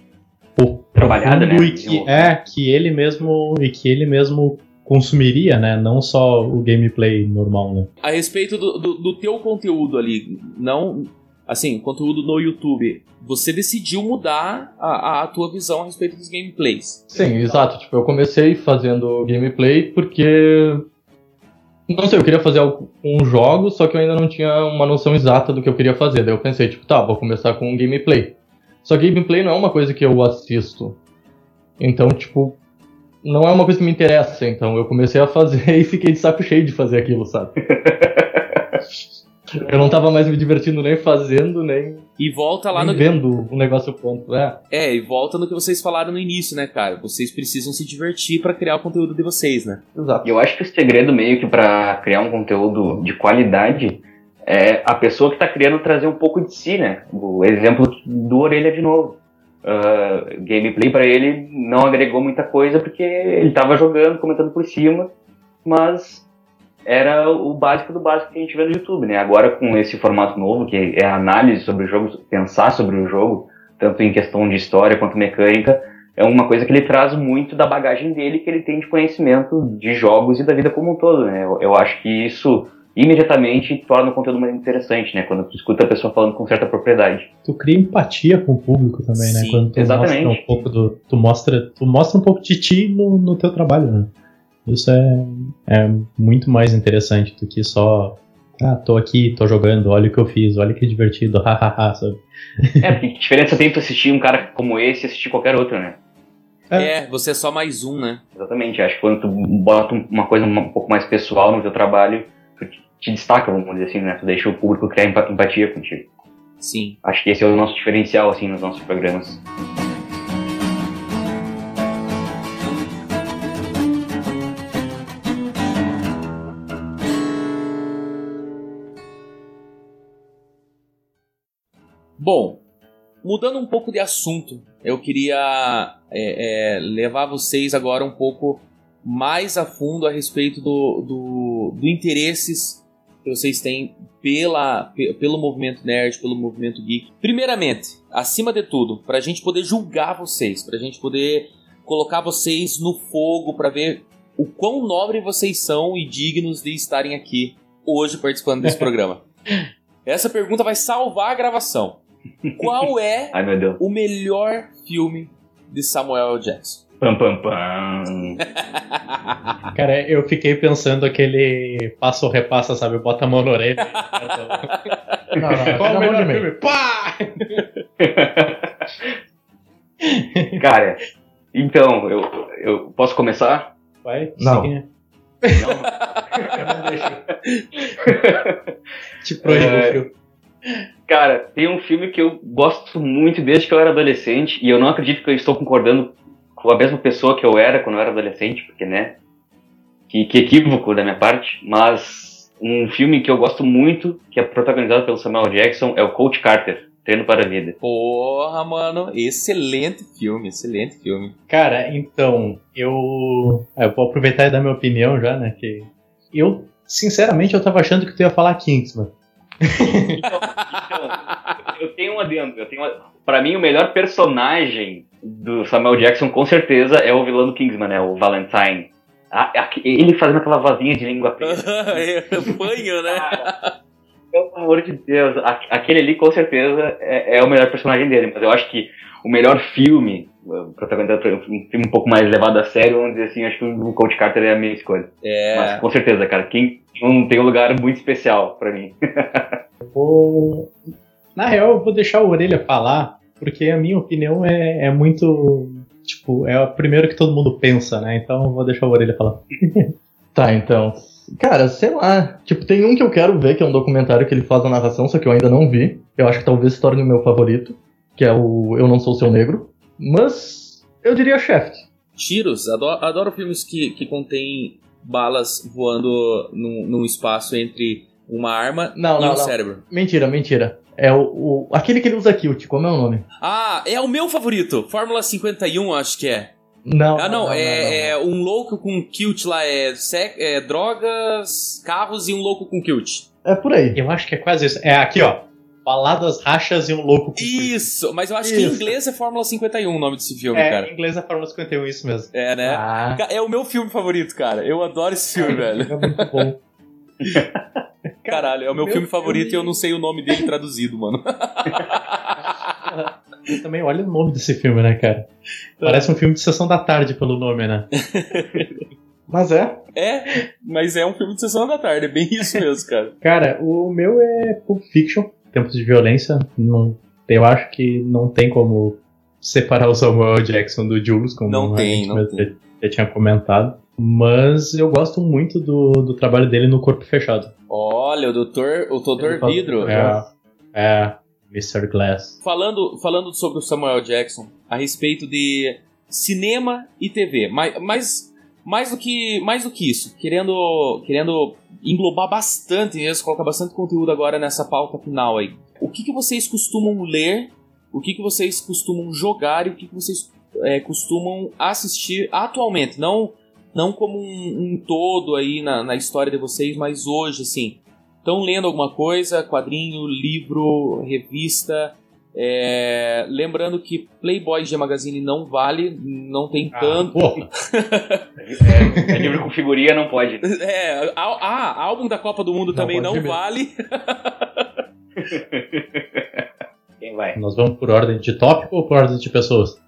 Trabalhado, né? E que, é, que ele mesmo... E que ele mesmo consumiria, né? Não só o gameplay normal, né? A respeito do, do, do teu conteúdo ali, não... Assim, conteúdo no YouTube, você decidiu mudar a, a tua visão a respeito dos gameplays. Sim, exato. Tipo, eu comecei fazendo gameplay porque... Não sei, eu queria fazer um jogo, só que eu ainda não tinha uma noção exata do que eu queria fazer. Daí eu pensei, tipo, tá, vou começar com um gameplay. Só que gameplay não é uma coisa que eu assisto. Então, tipo, não é uma coisa que me interessa. Então eu comecei a fazer e fiquei de saco cheio de fazer aquilo, sabe? Eu não tava mais me divertindo nem fazendo, nem, e volta lá nem no... vendo o negócio pronto. É. é, e volta no que vocês falaram no início, né, cara? Vocês precisam se divertir pra criar o conteúdo de vocês, né? Exato. Eu acho que o segredo meio que pra criar um conteúdo de qualidade é a pessoa que tá querendo trazer um pouco de si, né? O exemplo do Orelha de novo. Uh, gameplay pra ele não agregou muita coisa porque ele tava jogando, comentando por cima, mas... era o básico do básico que a gente vê no YouTube, né? Agora com esse formato novo, que é a análise sobre o jogo, pensar sobre o jogo, tanto em questão de história quanto mecânica, é uma coisa que ele traz muito da bagagem dele, que ele tem de conhecimento de jogos e da vida como um todo, né? Eu, eu acho que isso imediatamente torna o conteúdo mais interessante, né? Quando tu escuta a pessoa falando com certa propriedade. Tu cria empatia com o público também, né? Sim, Quando tu exatamente. mostra um pouco do, tu mostra, tu mostra um pouco de ti no, no teu trabalho, né? Isso é, é muito mais interessante do que só Ah, tô aqui, tô jogando, olha o que eu fiz, olha que divertido, hahaha, sabe? É, porque que diferença tem tu assistir um cara como esse e assistir qualquer outro, né? É. é, você é só mais um, né? Exatamente, acho que quando tu bota uma coisa um pouco mais pessoal no teu trabalho, tu te destaca, vamos dizer assim, né? Tu deixa o público criar empatia contigo. Sim. Acho que esse é o nosso diferencial, assim, nos nossos programas. Bom, mudando um pouco de assunto, eu queria é, é, levar vocês agora um pouco mais a fundo a respeito do, do, do interesses que vocês têm pela, pelo movimento nerd, pelo movimento geek. Primeiramente, acima de tudo, para a gente poder julgar vocês, para a gente poder colocar vocês no fogo, para ver o quão nobre vocês são e dignos de estarem aqui hoje participando desse programa. Essa pergunta vai salvar a gravação. Qual é Ai, meu Deus. o melhor filme de Samuel Jackson? Pam, pam, pam. Cara, eu fiquei pensando aquele passa ou repassa, sabe? Bota a mão na orelha. Não, não, Qual o não, melhor não, filme? Pá! Cara, então, eu, eu posso começar? Vai, Não. sim, é. Não. Eu não deixo. Te proíbo, É. frio. Cara, tem um filme que eu gosto muito desde que eu era adolescente, e eu não acredito que eu estou concordando com a mesma pessoa que eu era quando eu era adolescente, porque, né, que, que equívoco da minha parte, mas um filme que eu gosto muito, que é protagonizado pelo Samuel Jackson, é o Coach Carter, Treino para a Vida. Porra, mano, excelente filme, excelente filme. Cara, então, eu... ah, eu vou aproveitar e dar minha opinião já, né? Que eu, sinceramente, eu tava achando que tu ia falar Kingsman. Então, então, eu tenho um adendo, eu tenho uma... Pra mim, o melhor personagem do Samuel Jackson, com certeza, é o vilão do Kingsman, né, o Valentine. Ah, ele fazendo aquela vozinha de língua presa. É banho, né? Cara, pelo amor de Deus, aquele ali com certeza é, é o melhor personagem dele, mas eu acho que o melhor filme, protagonizado por um filme um pouco mais levado a sério, vamos dizer assim, acho que o Coach Carter é a minha escolha. É. Mas com certeza, cara, quem não tem um lugar muito especial pra mim. Eu vou... Na real, eu vou deixar o Orelha falar, porque a minha opinião é, é muito... Tipo, é o primeiro que todo mundo pensa, né? Então eu vou deixar o Orelha falar. Tá, então. Cara, sei lá. Tipo, tem um que eu quero ver, que é um documentário que ele faz a narração, só que eu ainda não vi. Eu acho que talvez se torne o meu favorito, que é o Eu Não Sou Seu Negro. Mas eu diria Shaft. Tiros, adoro, adoro filmes que, que contêm balas voando num, num espaço entre uma arma Não, e não, um não. cérebro. Mentira, mentira. É o, o... aquele que ele usa kilt, como é o nome? Ah, é o meu favorito, Fórmula cinquenta e um, acho que é. Não, Ah, não, não, é, não, não. é um louco com kilt lá, é, sec, é drogas, carros e um louco com kilt. É por aí. Eu acho que é quase isso. É aqui, ó. Baladas, rachas e um louco com Isso, mas eu acho que em Isso. inglês é Fórmula cinquenta e um o nome desse filme, É, cara. em inglês é Fórmula cinquenta e um, isso mesmo. É, né? Ah, Ca- É o meu filme favorito, cara. Eu adoro esse filme, velho. é muito bom. Caralho, é o meu, meu filme favorito filme- e eu não sei o nome dele traduzido, mano. E também olha o nome desse filme, né, cara? Parece um filme de sessão da tarde pelo nome, né? Mas é. É, mas é um filme de sessão da tarde, é bem isso mesmo, cara. Cara, o meu é Pulp Fiction, Tempos de Violência. Não, eu acho que não tem como separar o Samuel Jackson do Jules, como Não a tem, gente não mesmo tem. já- já tinha comentado. Mas eu gosto muito do, do trabalho dele no Corpo Fechado. Olha, o doutor, o doutor Ele faz- Vidro. É, é mister Glass. Falando, falando sobre o Samuel Jackson, a respeito de cinema e T V, mas, mas mais, do que, mais do que isso, querendo, querendo englobar bastante mesmo, colocar bastante conteúdo agora nessa pauta final aí. O que, que vocês costumam ler, o que, que vocês costumam jogar e o que, que vocês é, costumam assistir atualmente? Não, não como um, um todo aí na, na história de vocês, mas hoje, assim. Estão lendo alguma coisa, quadrinho, livro, revista. É, lembrando que Playboy G Magazine não vale, não tem tanto. Porra. É, é livro com figurinha, não pode. É, ah, ah, álbum da Copa do Mundo Não também pode não mesmo. vale. Quem vai? Nós vamos por ordem de tópico ou por ordem de pessoas?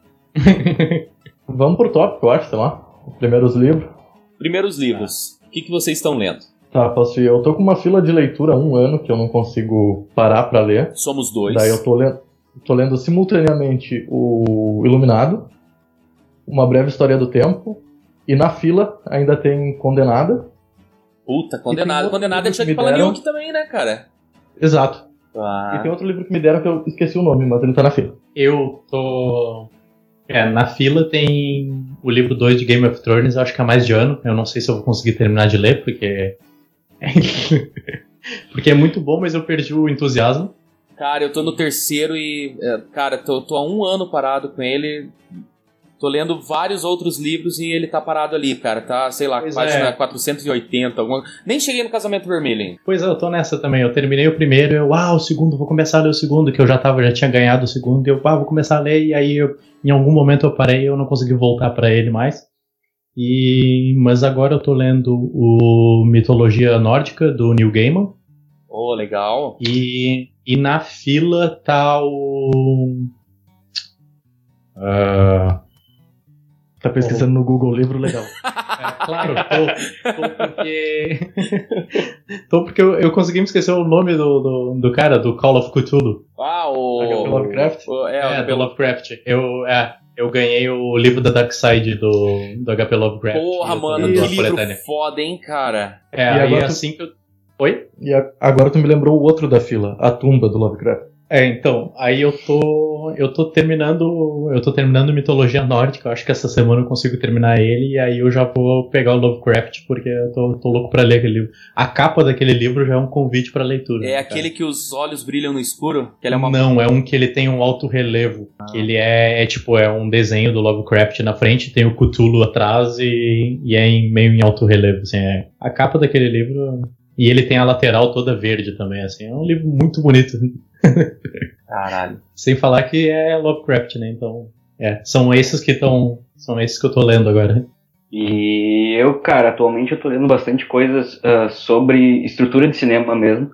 Vamos pro tópico, eu acho, sei lá. Os primeiros livros. Primeiros livros. O que, que vocês estão lendo? Tá, posso ir. Eu tô com uma fila de leitura há um ano que eu não consigo parar pra ler. Somos dois. Daí eu tô lendo, tô lendo simultaneamente o Iluminado, Uma Breve História do Tempo, e na fila ainda tem Condenada. Puta, Condenada. outro Condenada é livro que Chuck me deram- Palahniuk também, né, cara? Exato. Ah. E tem outro livro que me deram que eu esqueci o nome, mas ele tá na fila. Eu tô. É, na fila tem o livro dois de Game of Thrones, acho que há mais de ano. Eu não sei se eu vou conseguir terminar de ler, porque. porque é muito bom, mas eu perdi o entusiasmo. Cara, eu tô no terceiro e... é, cara, tô, tô há um ano parado com ele. Tô lendo vários outros livros e ele tá parado ali, cara. Tá, sei lá, Pois página é. quatrocentos e oitenta. Alguma... Nem cheguei no Casamento Vermelho ainda. Pois é, eu tô nessa também. Eu terminei o primeiro, eu, ah, o segundo, vou começar a ler o segundo, que eu já tava, já tinha ganhado o segundo, e eu, ah, vou começar a ler, e aí eu, em algum momento eu parei, eu não consegui voltar pra ele mais. E, mas agora eu tô lendo o Mitologia Nórdica, do Neil Gaiman, Oh, legal. e, e na fila tá o... ah, Tá pesquisando no Google livro legal. É, claro, tô, tô porque. tô porque eu, eu consegui me esquecer o nome do, do, do cara, do Call of Cthulhu. Ah, o... H P Lovecraft? o- é, É, o do pelo... Lovecraft. Eu, é, eu ganhei o livro da Dark Side do, do H P Lovecraft. Porra, Eu tô mano, lendo que a livro coletânea. foda, hein, cara? É, E aí agora tu- assim que eu. Oi? E a- agora tu me lembrou o outro da fila, A Tumba do Lovecraft. É, então, aí eu tô. Eu tô terminando. Eu tô terminando Mitologia Nórdica. Eu acho que essa semana eu consigo terminar ele. E aí eu já vou pegar o Lovecraft, porque eu tô, tô louco pra ler aquele livro. A capa daquele livro já é um convite pra leitura. É né, aquele cara? que os olhos brilham no escuro? Que ele é uma... Não, é um que ele tem um alto relevo. Que ele é, é tipo, é um desenho do Lovecraft na frente, tem o Cthulhu atrás e, e é em, meio em alto relevo. Assim, é. A capa daquele livro. E ele tem a lateral toda verde também, assim. É um livro muito bonito. Caralho. Sem falar que é Lovecraft, né? Então, é, são esses que estão, são esses que eu tô lendo agora. E eu, cara, atualmente eu tô lendo bastante coisas ah, sobre estrutura de cinema mesmo,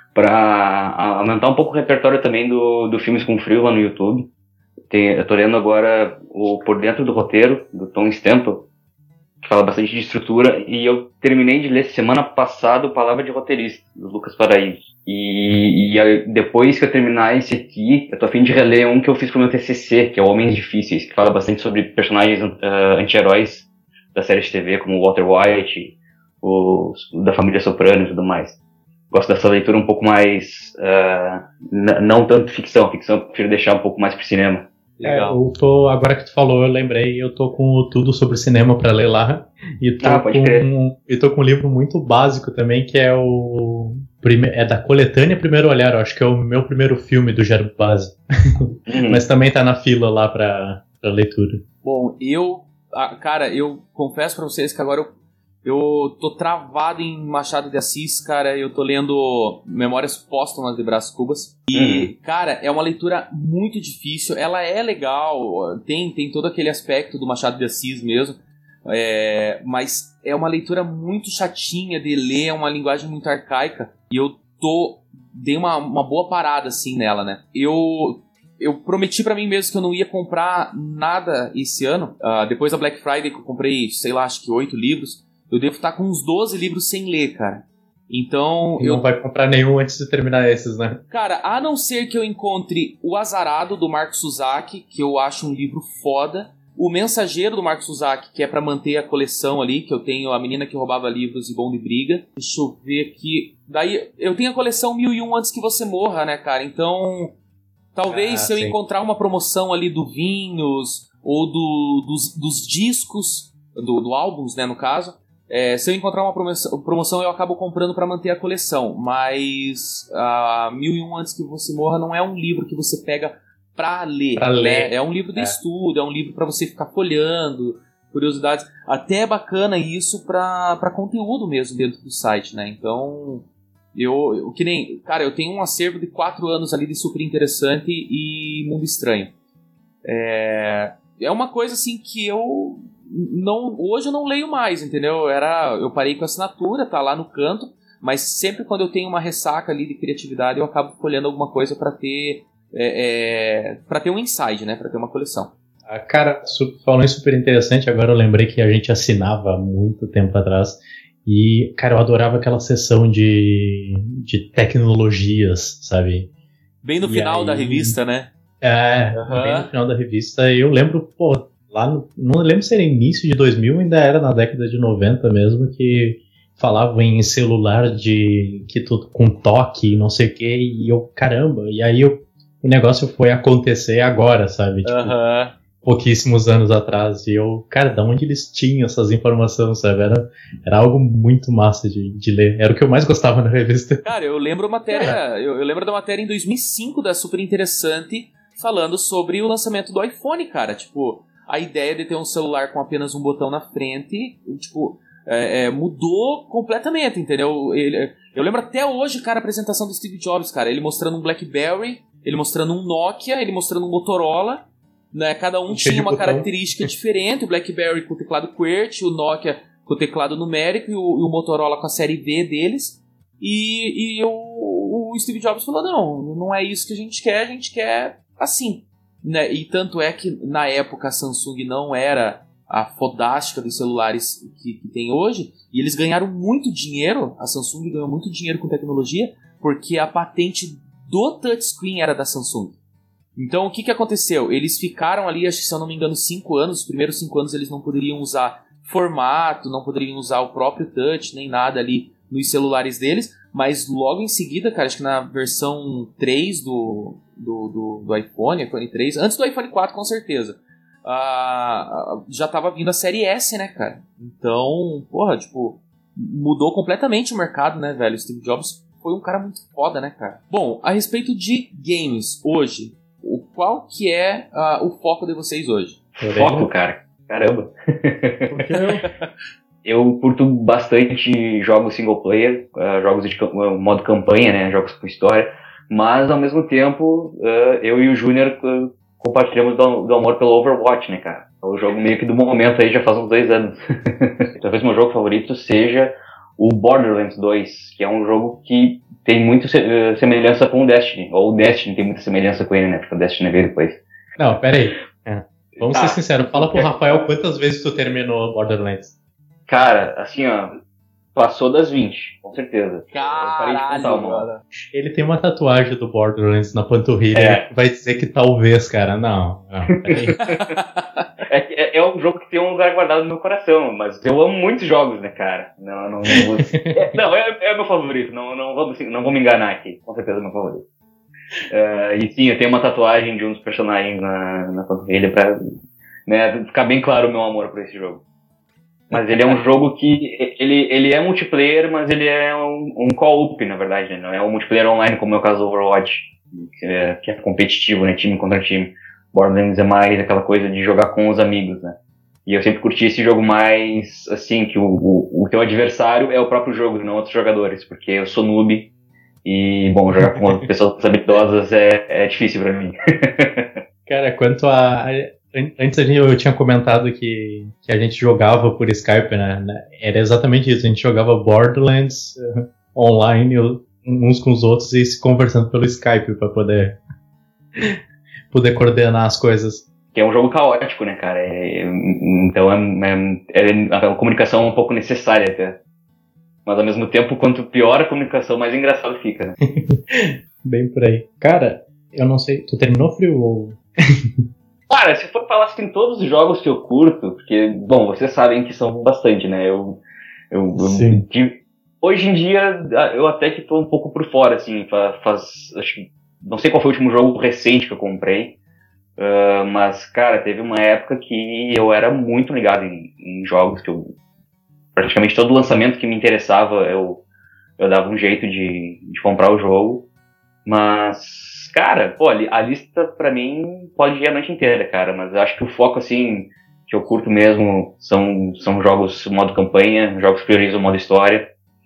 pra aumentar um pouco o repertório também do, do Filmes com Frio lá no YouTube. Tem, eu tô lendo agora o Por Dentro do Roteiro, do Tom Stempel, que fala bastante de estrutura, e eu terminei de ler semana passada o Palavra de Roteirista, do Lucas Paraíso. E, e aí, depois que eu terminar esse aqui, eu tô a fim de reler um que eu fiz pro meu T C C, que é Homens Difíceis, que fala bastante sobre personagens uh, anti-heróis da série de T V, como o Walter White, o da família Soprano e tudo mais. Gosto dessa leitura um pouco mais, uh, n- não tanto ficção, ficção eu prefiro deixar um pouco mais pro cinema. É, Legal. eu tô, agora que tu falou, eu lembrei, eu tô com o Tudo sobre Cinema pra ler lá. E tô, Ah, pode com, crer. e tô com um livro muito básico também, que é o. Prime, é da coletânea Primeiro Olhar, eu acho que é o meu primeiro filme do Gerbasi. Uhum. Mas também tá na fila lá pra, pra leitura. Bom, eu... ah, cara, eu confesso pra vocês que agora eu, eu tô travado em Machado de Assis, cara. Eu tô lendo Memórias Póstumas de Brás Cubas. E, cara, é uma leitura muito difícil. Ela é legal, tem, tem todo aquele aspecto do Machado de Assis mesmo. É, mas é uma leitura muito chatinha de ler, é uma linguagem muito arcaica. E eu tô... Dei uma, uma boa parada, assim, nela, né? Eu... Eu prometi pra mim mesmo que eu não ia comprar nada esse ano. Uh, depois da Black Friday, que eu comprei, sei lá, acho que oito livros. Eu devo estar com uns doze livros sem ler, cara. Então, E eu... não vai comprar nenhum antes de terminar esses, né? Cara, a não ser que eu encontre O Azarado, do Marco Suzaki, que eu acho um livro foda. O Mensageiro, do Marco Suzaki, que é pra manter a coleção ali, que eu tenho A Menina que Roubava Livros e Bom de Briga. Deixa eu ver aqui. Daí, eu tenho a coleção Mil e Um Antes que Você Morra, né, cara? Então... Talvez Ah, se eu sim. encontrar uma promoção ali do Vinhos ou do, dos, dos discos, do, do álbuns, né, no caso, é, se eu encontrar uma promoção, promoção eu acabo comprando para manter a coleção. Mas uh, Mil e Um Antes que Você Morra não é um livro que você pega pra ler. Pra né? ler. É um livro de É. estudo, é um livro para você ficar folhando, curiosidades. Até é bacana isso para para conteúdo mesmo dentro do site, né? Então... Eu, eu, que nem, cara, eu tenho um acervo de quatro anos ali de Super Interessante e Mundo Estranho. É, é uma coisa assim que eu não, hoje eu não leio mais, entendeu? Era, eu parei com a assinatura, tá lá no canto, mas sempre quando eu tenho uma ressaca ali de criatividade eu acabo folhando alguma coisa pra ter, é, é, para ter um insight, né? Pra ter uma coleção. Ah, cara, su- falando em super interessante, agora eu lembrei que a gente assinava há muito tempo atrás. E, cara, eu adorava aquela sessão de, de tecnologias, sabe? Bem no E final aí- da revista, né? É, Aham. bem no final da revista. Eu lembro, pô, lá no, não lembro se era início de dois mil, ainda era na década de noventa mesmo, que falavam em celular de que tudo com toque, não sei o que, e eu, caramba, e aí eu, o negócio foi acontecer agora, sabe? Tipo, Aham. pouquíssimos anos atrás. E eu, cara, da onde eles tinham essas informações, sabe? Era, era algo muito massa de, de ler. Era o que eu mais gostava na revista. Cara, eu lembro matéria, eu, eu lembro da matéria em dois mil e cinco da Super Interessante falando sobre o lançamento do iPhone, cara. Tipo, a ideia de ter um celular com apenas um botão na frente, tipo, é, é, mudou completamente, entendeu? Ele, eu lembro até hoje, cara, a apresentação do Steve Jobs, cara. Ele mostrando um BlackBerry, ele mostrando um Nokia, ele mostrando um Motorola, né? Cada um Cheio tinha de uma botão. característica diferente. O BlackBerry com o teclado QWERTY, o Nokia com o teclado numérico e o, e o Motorola com a série V deles. E, e o, o Steve Jobs falou, não, não é isso que a gente quer, a gente quer assim, né? E tanto é que na época a Samsung não era a fodástica dos celulares que, que tem hoje, e eles ganharam muito dinheiro, a Samsung ganhou muito dinheiro com tecnologia, porque a patente do touchscreen era da Samsung. Então o que, que aconteceu? Eles ficaram ali, acho que se eu não me engano, cinco anos, os primeiros cinco anos eles não poderiam usar formato, não poderiam usar o próprio touch, nem nada ali nos celulares deles, mas logo em seguida, cara, acho que na versão três do, do, do, do iPhone, iPhone três, antes do iPhone quatro com certeza, uh, já tava vindo a série S, né, cara? Então, porra, tipo, mudou completamente o mercado, né, velho? O Steve Jobs foi um cara muito foda, né, cara? Bom, a respeito de games, hoje, o, qual que é uh, o foco de vocês hoje? Foco, cara. Caramba. Por que não? Eu curto bastante jogos single player, uh, jogos de cam- uh, modo campanha, né, jogos com história, mas ao mesmo tempo uh, eu e o Júnior uh, compartilhamos do, do amor pelo Overwatch, né, cara? É o jogo meio que do momento aí, já faz uns dois anos. Talvez meu jogo favorito seja o Borderlands dois, que é um jogo que tem muita se- uh, semelhança com o Destiny, ou o Destiny tem muita semelhança com ele, né, porque o Destiny veio depois. Não, pera aí. É. Vamos Tá. ser sinceros. Fala pro Rafael quantas vezes tu terminou Borderlands. Cara, assim, ó, passou das vinte, com certeza. Eu parei de Caralho, contar, mano. cara. Ele tem uma tatuagem do Borderlands na panturrilha. É. Ele vai dizer que talvez, cara. Não, não. Peraí. É, é, é um jogo que tem um lugar guardado no meu coração, mas eu amo muitos jogos, né, cara? Não, não, não, vou- é, não é, é meu favorito, não, não, vou, não vou me enganar aqui, com certeza é meu favorito. É, e sim, eu tenho uma tatuagem de um dos personagens na, na panturrilha pra, né, ficar bem claro o meu amor por esse jogo. Mas ele é um jogo que, ele, ele é multiplayer, mas ele é um, um co-op, na verdade, né? Não é um multiplayer online, como é o caso do Overwatch, que é, que é competitivo, né? Time contra time. Borderlands é mais aquela coisa de jogar com os amigos, né? E eu sempre curti esse jogo mais, assim, que o, o, o teu adversário é o próprio jogo, não outros jogadores, porque eu sou noob e, bom, jogar com pessoas habilidosas é, é difícil pra mim. Cara, quanto a. an- Antes a gente- eu tinha comentado que, que a gente jogava por Skype, né? Era exatamente isso. A gente jogava Borderlands eh, online, eu- uns com os outros, e se conversando pelo Skype pra poder, poder coordenar as coisas. Que é um jogo caótico, né, cara? É, então é, é, é a comunicação é um pouco necessária até. Mas ao mesmo tempo, quanto pior a comunicação, mais engraçado fica, né? Bem por aí. Cara, eu não sei. Tu terminou frio ou. Cara, se for falar assim, todos os jogos que eu curto, porque, bom, vocês sabem que são bastante, né? Eu, eu, eu Sim. tive- hoje em dia, eu até que tô um pouco por fora, assim, fa- faz, acho que, não sei qual foi o último jogo recente que eu comprei, ah, mas, cara, teve uma época que eu era muito ligado em, em jogos, que eu, praticamente todo lançamento que me interessava, eu, eu dava um jeito de, de comprar o jogo, mas, cara, pô, a li- a lista pra mim pode ir a noite inteira, cara, mas eu acho que o foco, assim, que eu curto mesmo são, são jogos modo campanha, jogos que priorizam o modo história.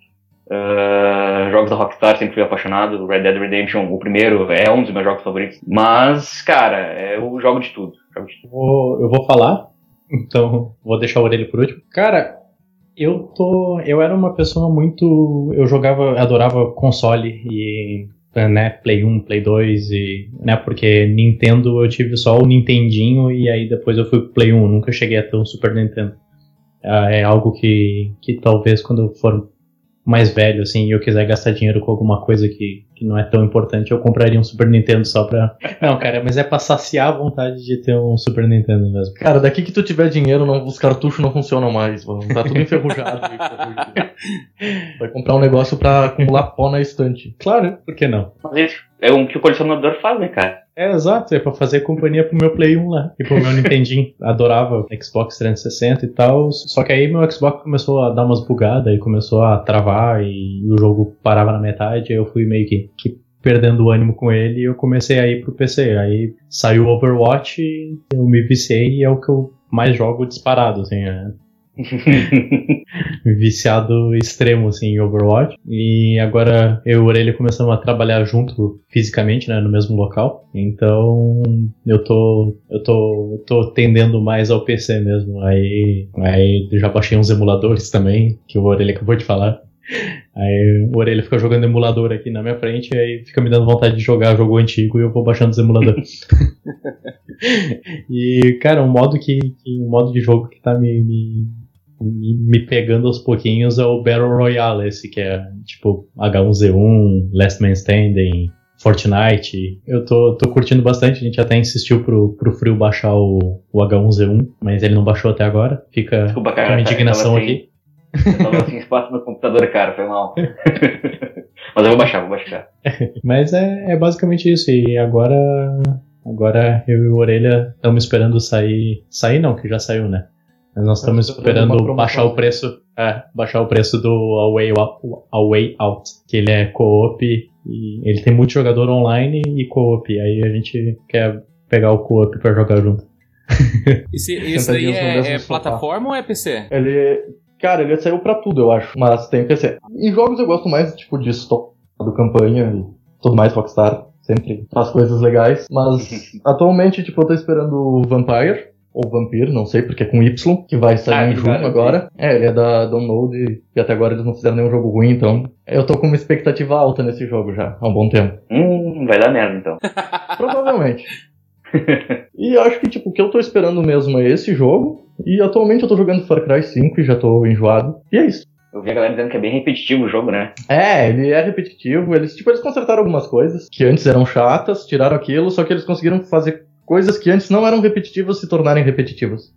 Ah, jogos da Rockstar, sempre fui apaixonado. Red Dead Redemption, o primeiro, é um dos meus jogos favoritos. Mas, cara, é o jogo de tudo. Jogo de tudo. Vou- eu vou falar, então vou deixar a orelha por último. Cara, eu tô. Eu era uma pessoa muito. Eu jogava, adorava console e. Né, Play um, Play dois e. Né, porque Nintendo eu tive só o Nintendinho e aí depois eu fui pro Play um, nunca cheguei a ter um Super Nintendo. é algo que, que talvez quando eu for mais velho, assim, e eu quiser gastar dinheiro com alguma coisa que, que não é tão importante, eu compraria um Super Nintendo só pra... Não, cara, mas é pra saciar a vontade de ter um Super Nintendo mesmo. Cara, daqui que tu tiver dinheiro, não, os cartuchos não funcionam mais, mano. Tá tudo enferrujado. Vai comprar um negócio pra acumular pó na estante. Claro, por que não? Mas isso é o que o colecionador faz, né, cara? É, exato, é pra fazer companhia pro meu Play um lá e pro meu Nintendinho. Adorava Xbox trezentos e sessenta e tal, só que aí meu Xbox começou a dar umas bugadas e começou a travar e o jogo parava na metade, aí eu fui meio que, que perdendo o ânimo com ele e eu comecei a ir pro P C. Aí saiu o Overwatch e eu me viciei e é o que eu mais jogo disparado, assim, é. Viciado extremo assim em Overwatch. E agora eu e o Orelha começamos a trabalhar junto fisicamente, né, no mesmo local. Então eu tô eu tô, eu tô tendendo mais ao P C mesmo. Aí, aí eu já baixei uns emuladores também, que o Orelha acabou de falar. Aí o Orelha fica jogando emulador aqui na minha frente e aí fica me dando vontade de jogar jogo antigo e eu vou baixando os emuladores. E cara, um modo que, que um modo de jogo que tá me, me me pegando aos pouquinhos é o Battle Royale, esse que é tipo H um Z um, Last Man Standing, Fortnite. Eu tô, tô curtindo bastante, a gente até insistiu pro, pro Frio baixar o, o H um Z um, mas ele não baixou até agora. Fica Desculpa, cara, uma indignação eu tava aqui. Sem, eu tava sem espaço no computador, cara, foi mal. Mas eu vou baixar, vou baixar. Mas é, é basicamente isso, e agora, agora eu e o Orelha estamos esperando sair. Sair não, que já saiu, né? Mas nós estamos esperando baixar o preço, é, baixar o preço do A Way Out, A Way Out, que ele é co-op e ele tem multijogador online e co-op. Aí a gente quer pegar o co-op pra jogar junto. Esse, esse daí é, é plataforma ou é P C? Ele, cara, ele saiu pra tudo, eu acho, mas tem P C. Em jogos eu gosto mais tipo de história, do campanha e tudo mais, Rockstar sempre faz coisas legais, mas atualmente tipo eu tô esperando o Vampire. Ou Vampire, não sei, porque é com Y, que vai sair ah, em junho agora. É, ele é da Download e, e até agora eles não fizeram nenhum jogo ruim, então eu tô com uma expectativa alta nesse jogo já, há um bom tempo. Hum, vai dar merda então. Provavelmente. E acho que tipo, o que eu tô esperando mesmo é esse jogo, e atualmente eu tô jogando Far Cry cinco e já tô enjoado, e é isso. Eu vi a galera dizendo que é bem repetitivo o jogo, né? É, ele é repetitivo, eles, tipo, eles consertaram algumas coisas que antes eram chatas, tiraram aquilo, só que eles conseguiram fazer coisas que antes não eram repetitivas se tornarem repetitivas.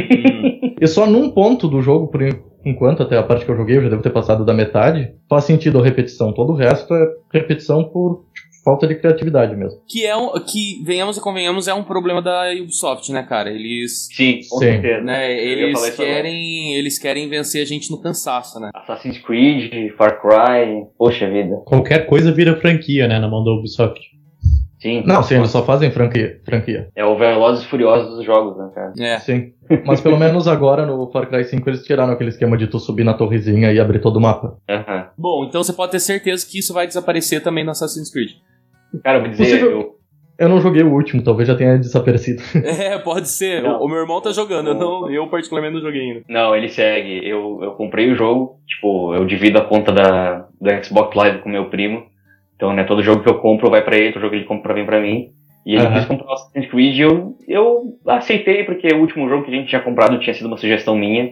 E só num ponto do jogo, por enquanto, até a parte que eu joguei, eu já devo ter passado da metade, faz sentido a repetição. Todo o resto é repetição por tipo, falta de criatividade mesmo. Que é um, que, venhamos e convenhamos, é um problema da Ubisoft, né, cara? Eles... Sim, com Sim. certeza. Né, eles, querem, eles querem vencer a gente no cansaço, né? Assassin's Creed, Far Cry, poxa vida. Qualquer coisa vira franquia, né, na mão da Ubisoft. Sim. Não, sim, eles só fazem franquia. franquia. É o Velozes e Furiosos dos jogos, né, cara? É. Sim. Mas pelo menos agora no Far Cry cinco eles tiraram aquele esquema de tu subir na torrezinha e abrir todo o mapa. Uhum. Bom, então você pode ter certeza que isso vai desaparecer também no Assassin's Creed. Cara, eu vou dizer... Possível... Eu... eu não joguei o último, talvez já tenha desaparecido. É, pode ser. O, o meu irmão tá jogando, eu, não, eu particularmente não joguei ainda. Não, ele segue. Eu, eu comprei o jogo, tipo, eu divido a conta da, da Xbox Live com meu primo. Então, né, todo jogo que eu compro vai pra ele, todo jogo que ele compra vem pra mim. E ele uhum. quis comprar o Assassin's Creed e eu, eu aceitei, porque o último jogo que a gente tinha comprado tinha sido uma sugestão minha.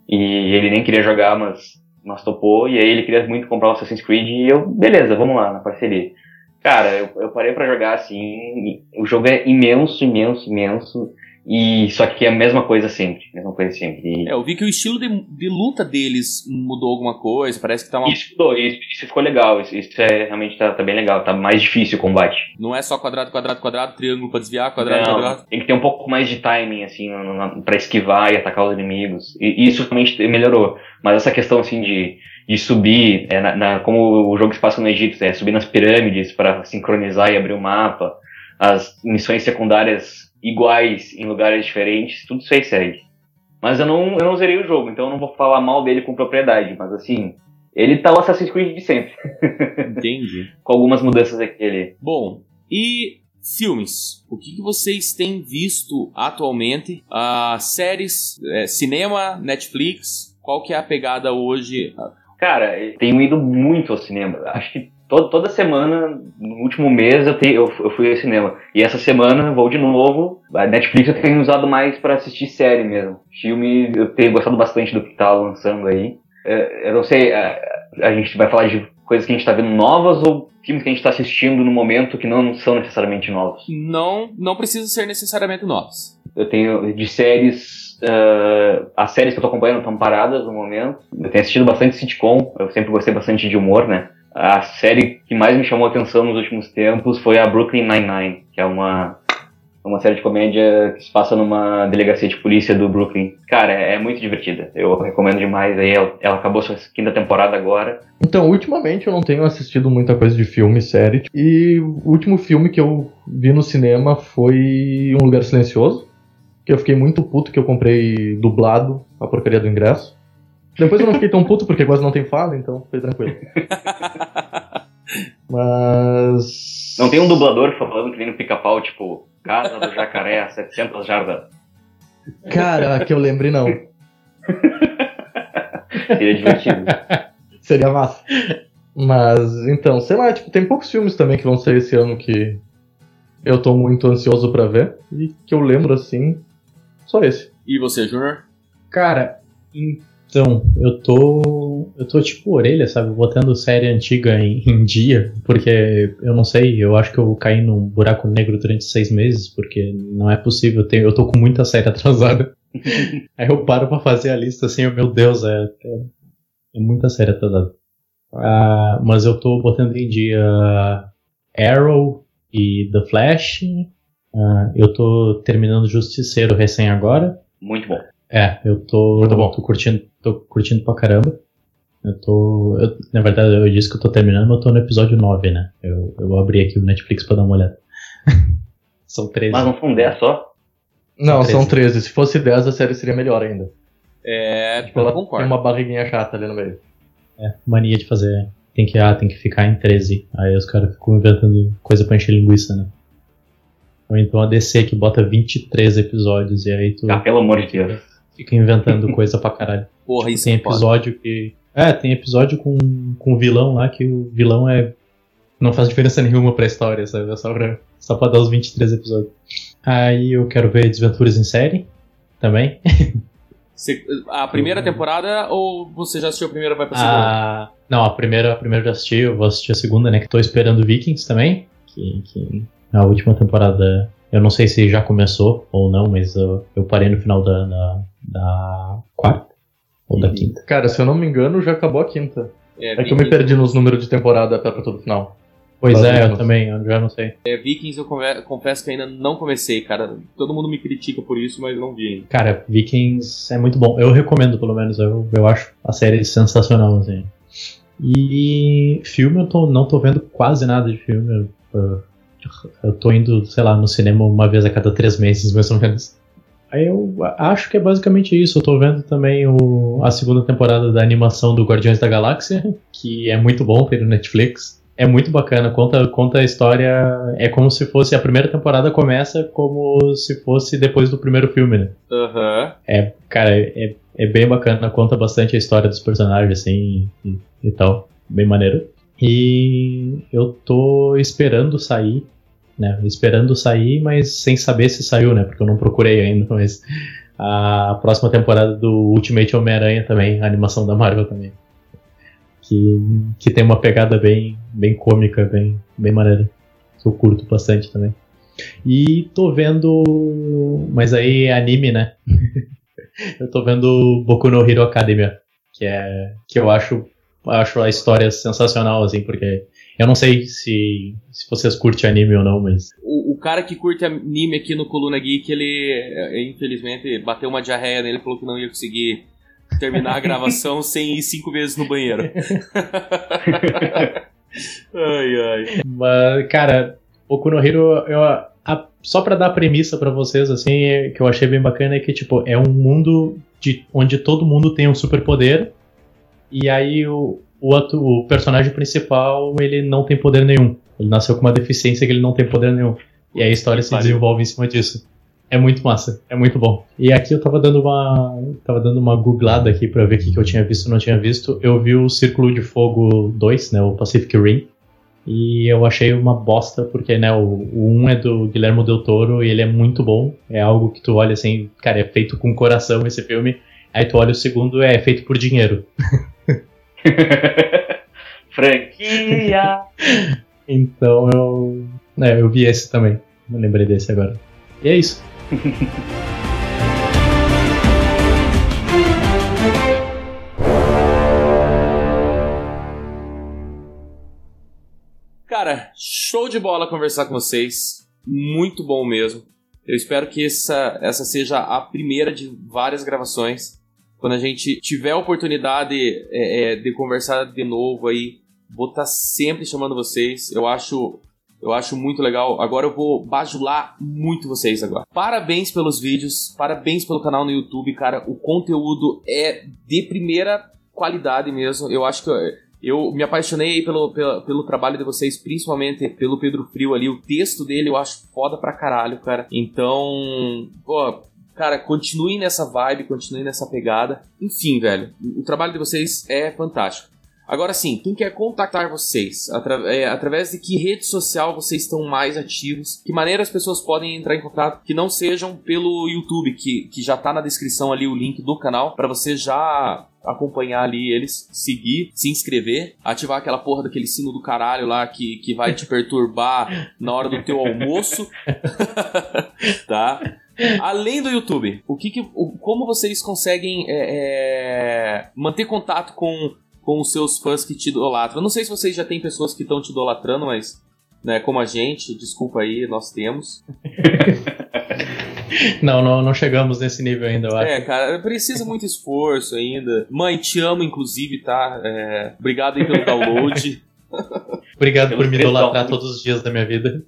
E ele nem queria jogar, mas, mas topou. E aí ele queria muito comprar o Assassin's Creed e eu, beleza, vamos lá, na parceria. Cara, eu, eu parei pra jogar assim, o jogo é imenso, imenso, imenso. E só que é a mesma coisa sempre, mesma coisa sempre. E... É, eu vi que o estilo de, de luta deles mudou alguma coisa, parece que tá uma... Isso mudou, isso, isso ficou legal, isso, isso é, realmente tá, tá bem legal, tá mais difícil o combate. Não é só quadrado, quadrado, quadrado, triângulo pra desviar, quadrado, Não, quadrado. Tem que ter um pouco mais de timing, assim, pra esquivar e atacar os inimigos. E isso realmente melhorou. Mas essa questão, assim, de, de subir, é, na, na, como o jogo se passa no Egito, é subir nas pirâmides pra sincronizar e abrir o mapa, as missões secundárias iguais em lugares diferentes, tudo isso aí segue. Mas eu não, eu não zerei o jogo, então eu não vou falar mal dele com propriedade, mas assim, ele tá o Assassin's Creed de sempre. Entendi. Com algumas mudanças aqui ali. Bom, e filmes? O que, que vocês têm visto atualmente? Uh, séries, é, cinema, Netflix, qual que é a pegada hoje? Cara, eu tenho ido muito ao cinema. Acho que todo, toda semana, no último mês, eu, te, eu, eu fui ao cinema. E essa semana vou de novo. A Netflix eu tenho usado mais pra assistir série mesmo. Filme, eu tenho gostado bastante do que tá lançando aí. Eu não sei, a, a gente vai falar de coisas que a gente tá vendo novas ou filmes que a gente tá assistindo no momento que não são necessariamente novos? Não, não precisa ser necessariamente novos. Eu tenho de séries, uh, as séries que eu tô acompanhando estão paradas no momento. Eu tenho assistido bastante sitcom, eu sempre gostei bastante de humor, né? A série que mais me chamou a atenção nos últimos tempos foi a Brooklyn Nine-Nine, que é uma, uma série de comédia que se passa numa delegacia de polícia do Brooklyn. Cara, é, é muito divertida. Eu recomendo demais. Aí ela, ela acabou sua quinta temporada agora. Então, ultimamente eu não tenho assistido muita coisa de filme e série. E o último filme que eu vi no cinema foi Um Lugar Silencioso. Que eu fiquei muito puto que eu comprei dublado a porcaria do ingresso. Depois eu não fiquei tão puto porque quase não tem fala, então foi tranquilo. Mas... Não tem um dublador falando que nem no Pica-Pau, tipo, Casa do Jacaré, setecentas jardas. Cara, que eu lembre não. Seria divertido. Seria massa. Mas, então, sei lá, tipo, tem poucos filmes também que vão sair esse ano que eu tô muito ansioso pra ver. E que eu lembro, assim, só esse. E você, Júnior? Cara, então, eu tô. Eu tô tipo orelha, sabe? Botando série antiga em, em dia, porque eu não sei, eu acho que eu vou cair num buraco negro durante seis meses, porque não é possível, eu, tenho, eu tô com muita série atrasada. Aí eu paro pra fazer a lista assim, oh, meu Deus, é, é, é muita série atrasada. Ah, mas eu tô botando em dia Arrow e The Flash. Ah, eu tô terminando Justiceiro recém agora. Muito bom. É, eu tô, Muito bom. tô curtindo, tô curtindo pra caramba. Eu tô. Eu, na verdade, eu disse que eu tô terminando, mas eu tô no episódio nove, né? Eu, eu abri aqui o Netflix pra dar uma olhada. São treze. Mas não são dez só? Não, São são treze. Se fosse dez, a série seria melhor ainda. É, Tipo, ela eu concordo. tem uma barriguinha chata ali no meio. É, mania de fazer. Tem que, ah, tem que ficar em treze. Aí os caras ficam inventando coisa pra encher linguiça, né? Ou então a D C que bota vinte e três episódios e aí tu Ah, pelo amor de Deus. fica inventando coisa pra caralho. Porra, isso Tem é foda. episódio que. É, tem episódio com, com vilão lá que o vilão é. Não faz diferença nenhuma pra história, sabe? É só pra, só pra dar os vinte e três episódios. Aí eu quero ver Desventuras em Série também. Você- a primeira temporada ou você já assistiu a primeira e vai pra segunda? Ah, não, a primeira, a primeira eu já assisti, eu vou assistir a segunda, né? Que tô esperando Vikings também. Que, que a última temporada, eu não sei se já começou ou não, mas eu, eu parei no final da, da, da quarta ou da quinta. Cara, se eu não me engano, já acabou a quinta. É que eu me Vikings, perdi nos números de temporada até pra todo final. Pois Das é, eu últimas. também, eu já não sei. é, Vikings eu conver- confesso que ainda não comecei, cara. Todo mundo me critica por isso, mas não vi ainda. Cara, Vikings é muito bom. Eu recomendo, pelo menos. Eu, eu acho a série sensacional, assim. E filme eu tô, não tô vendo quase nada de filme. Eu, eu, eu tô indo, sei lá, no cinema uma vez a cada três meses, mais ou menos. Aí eu acho que é basicamente isso. Eu tô vendo também o, a segunda temporada da animação do Guardiões da Galáxia, que é muito bom, tem no Netflix. É muito bacana, conta, conta a história. É como se fosse. A primeira temporada começa como se fosse depois do primeiro filme, né? Aham. É, cara, é, é bem bacana, conta bastante a história dos personagens, assim, e, e tal. Bem maneiro. E eu tô esperando sair, né? Esperando sair, mas sem saber se saiu, né? Porque eu não procurei ainda, mas a próxima temporada do Ultimate Homem-Aranha também, a animação da Marvel também. Que, que tem uma pegada bem, bem cômica, bem, bem maneira. Que eu curto bastante também. E tô vendo. Mas aí é anime, né? Eu tô vendo Boku no Hero Academia, que é que eu acho, acho a história sensacional, assim, porque eu não sei se, se vocês curtem anime ou não, mas O, o cara que curte anime aqui no Coluna Geek, ele é, infelizmente bateu uma diarreia nele e falou que não ia conseguir terminar a gravação sem ir cinco vezes no banheiro. Ai, ai. Mas, cara, Boku no Hero, eu, a- só pra dar a premissa pra vocês, assim, é- que eu achei bem bacana é que, tipo, é um mundo de, onde todo mundo tem um superpoder, e aí o, o, atu- o personagem principal, ele não tem poder nenhum. Ele nasceu com uma deficiência que ele não tem poder nenhum. E aí a história se Pariu. desenvolve em cima disso. É muito massa, é muito bom. E aqui eu tava dando uma, tava dando uma googlada aqui pra ver o que, que eu tinha visto e não tinha visto. Eu vi o Círculo de Fogo dois, né, o Pacific Rim. E eu achei uma bosta, porque, né, o, o um é do Guillermo del Toro e ele é muito bom. É algo que tu olha assim, cara, é feito com coração esse filme. Aí tu olha o segundo, é feito por dinheiro. Franquia! Então eu... É, eu vi esse também. Eu lembrei desse agora. E é isso. Cara, show de bola conversar com vocês. Muito bom mesmo. Eu espero que essa, essa seja a primeira de várias gravações. Quando a gente tiver a oportunidade é, é, de conversar de novo aí, vou estar sempre chamando vocês. Eu acho, eu acho muito legal. Agora eu vou bajular muito vocês agora. Parabéns pelos vídeos, parabéns pelo canal no YouTube, cara. O conteúdo é de primeira qualidade mesmo. Eu acho que... Eu, Eu me apaixonei pelo, pelo, pelo trabalho de vocês, principalmente pelo Pedro Frio ali. O texto dele eu acho foda pra caralho, cara. Então, pô, cara, continuem nessa vibe, continuem nessa pegada. Enfim, velho, o trabalho de vocês é fantástico. Agora sim, quem quer contactar vocês? Atra- é, através de que rede social vocês estão mais ativos? Que maneira as pessoas podem entrar em contato que não sejam pelo YouTube, que, que já tá na descrição ali o link do canal, pra você já... acompanhar ali eles, seguir, se inscrever, ativar aquela porra daquele sino do caralho lá que, que vai te perturbar na hora do teu almoço. Tá? Além do YouTube, o que que, o, como vocês conseguem é, é, manter contato com, com os seus fãs que te idolatram? Eu não sei se vocês já tem pessoas que estão te idolatrando, mas né, como a gente, desculpa aí, nós temos. Não, não, não chegamos nesse nível ainda, eu acho. É, cara, precisa muito esforço ainda. Mãe, te amo, inclusive, tá? É, obrigado aí pelo download. Obrigado Pelos por me três idolatrar dólares. todos os dias da minha vida.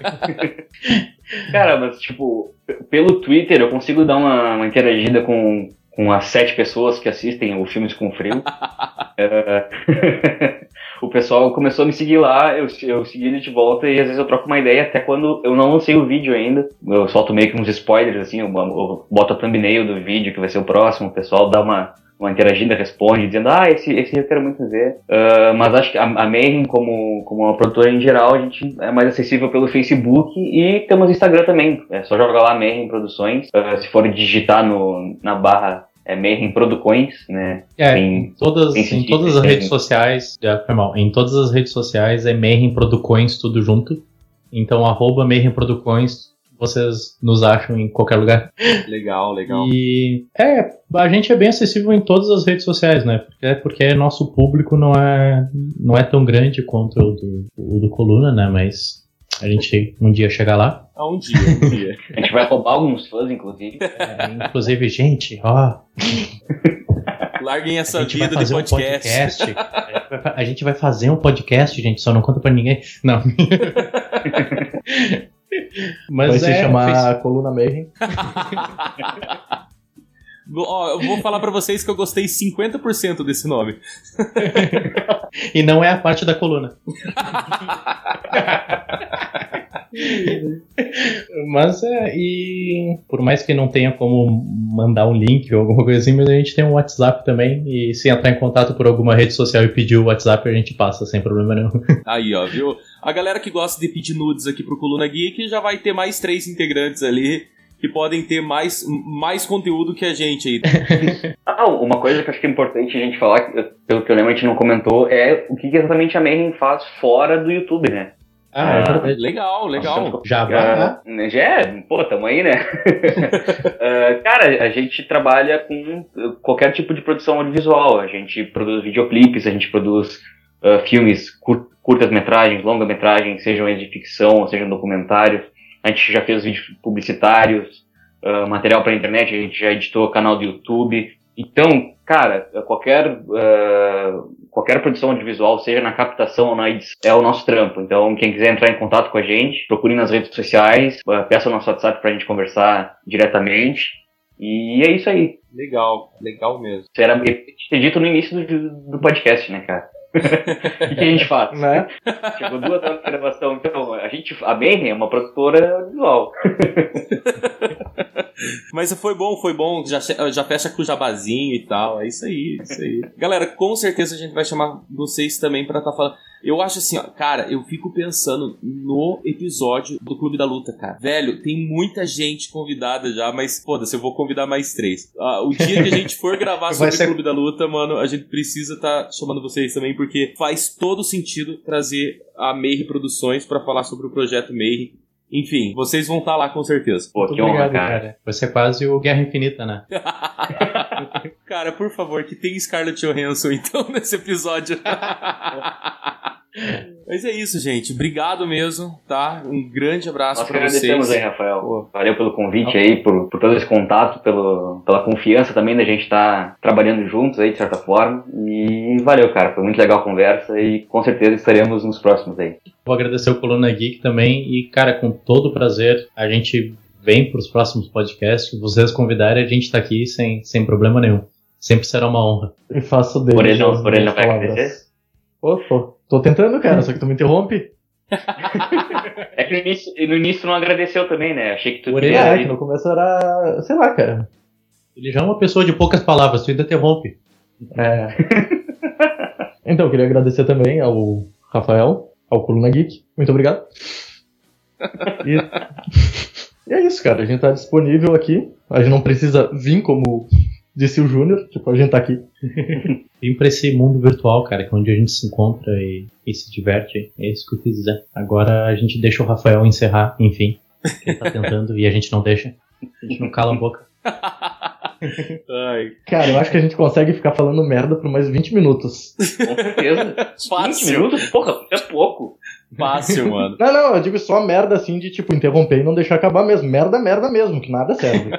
Cara, mas tipo, p- pelo Twitter eu consigo dar uma, uma interagida com, com as sete pessoas que assistem o Filmes com Frio. É, o pessoal começou a me seguir lá, eu, eu segui ele de volta e às vezes eu troco uma ideia, até quando eu não lancei o vídeo ainda. Eu solto meio que uns spoilers, assim, eu, eu boto a thumbnail do vídeo que vai ser o próximo, o pessoal dá uma, uma interagida, responde, dizendo, ah, esse, esse eu quero muito ver. Uh, mas acho que a, a Mayhem, como, como uma produtora em geral, a gente é mais acessível pelo Facebook e temos Instagram também. É só jogar lá Mayhem Produções. Uh, se for digitar no, na barra é Mayhem Producoins, né? É, Tem- em todas, tem em sentido, todas as tem- redes sociais, já foi mal, em todas as redes sociais é Mayhem Producoins, tudo junto. Então, arroba Mayhem Producoins, vocês nos acham em qualquer lugar. Legal, legal. E é, a gente é bem acessível em todas as redes sociais, né? Porque, porque nosso público não é, não é tão grande quanto o do, o do Coluna, né? Mas a gente um dia chega lá. Ah, um dia, um dia. A gente vai roubar alguns fãs, inclusive. É, inclusive, gente, ó, Larguem a essa gente vai vida de fazer um podcast. podcast. A gente vai fa- A gente vai fazer um podcast, gente, só não conta pra ninguém. Não. Mas Vai se é, chamar fez- Coluna Mayhem. Ó, eu vou falar pra vocês que eu gostei cinquenta por cento desse nome. E não é a parte da coluna. Mas é, e por mais que não tenha como mandar um link ou alguma coisa assim, mas a gente tem um WhatsApp também. E se entrar em contato por alguma rede social e pedir o WhatsApp, a gente passa sem problema nenhum. Aí, ó, viu? A galera que gosta de pedir nudes aqui pro Coluna Geek já vai ter mais três integrantes ali que podem ter mais, mais conteúdo que a gente aí. Ah, uma coisa que eu acho que é importante a gente falar, que, pelo que eu lembro a gente não comentou, é o que que exatamente a Mayhem faz fora do YouTube, né? Ah, é verdade. Legal, legal. Já vai. Uh, já é, pô, tamo aí, né? uh, cara, a gente trabalha com qualquer tipo de produção audiovisual. A gente produz videoclipes, a gente produz uh, filmes, cur- curtas-metragens, longa-metragens, sejam eles de ficção, sejam documentários. A gente já fez vídeos publicitários, uh, material pra internet, a gente já editou canal do YouTube. Então, cara, qualquer, uh, qualquer produção audiovisual, seja na captação ou na edição, é o nosso trampo. Então, quem quiser entrar em contato com a gente, procure nas redes sociais, uh, peça o nosso WhatsApp pra gente conversar diretamente. E é isso aí. Legal, legal mesmo. Isso era ter dito no início do, do podcast, né, cara? O que, que a gente faz? Né? Chegou duas horas de gravação, então a gente, a Mayhem é uma produtora visual. Mas foi bom, foi bom. Já, já fecha com o jabazinho e tal. É isso aí, é isso aí. Galera, com certeza a gente vai chamar vocês também pra estar falando. Eu acho assim, ó, cara, eu fico pensando no episódio do Clube da Luta, cara. Velho, tem muita gente convidada já, mas foda-se, eu vou convidar mais três. Ah, o dia que a gente for gravar sobre ser... o Clube da Luta, mano, a gente precisa estar tá chamando vocês também, porque faz todo sentido trazer a Mayhem Produções pra falar sobre o projeto Mayhem. Enfim, vocês vão estar tá lá com certeza. Pô, que honra, cara. cara. Vai ser quase o Guerra Infinita, né? Cara, por favor, que tem Scarlett Johansson então nesse episódio. Mas é isso, gente. Obrigado mesmo, tá? Um grande abraço Nós pra vocês. Nós agradecemos aí, Rafael. Pô, valeu pelo convite ah. aí, por, por todo esse contato, pelo, pela confiança também da gente estar tá trabalhando juntos aí, de certa forma. E valeu, cara. Foi muito legal a conversa e com certeza estaremos nos próximos aí. Vou agradecer o Coluna Geek também e, cara, com todo prazer, a gente vem pros próximos podcasts. Se vocês convidarem, a gente tá aqui sem, sem problema nenhum. Sempre será uma honra. E faço dele. Por ele não, por ele não vai agradecer? Pô, pô. Tô tentando, cara, só que tu me interrompe. É que no início, no início tu não agradeceu também, né? Achei que tu Por queria... É, que no começo era... sei lá, cara. Ele já é uma pessoa de poucas palavras, tu ainda interrompe. É. Então, eu queria agradecer também ao Rafael, ao Coluna Geek. Muito obrigado. E... e é isso, cara. A gente tá disponível aqui. A gente não precisa vir como... disse o Júnior, tipo, a gente tá aqui. Vim pra esse mundo virtual, cara, que é onde a gente se encontra e, e se diverte. É isso que eu quis dizer. Agora a gente deixa o Rafael encerrar, enfim. Ele tá tentando e a gente não deixa. A gente não cala a boca. Ai. Cara, eu acho que a gente consegue ficar falando merda por mais vinte minutos. Com certeza. vinte minutos? Porra, é pouco. Fácil, mano. Não, não, eu digo só merda assim de, tipo, interromper e não deixar acabar mesmo. Merda, merda mesmo, que nada serve.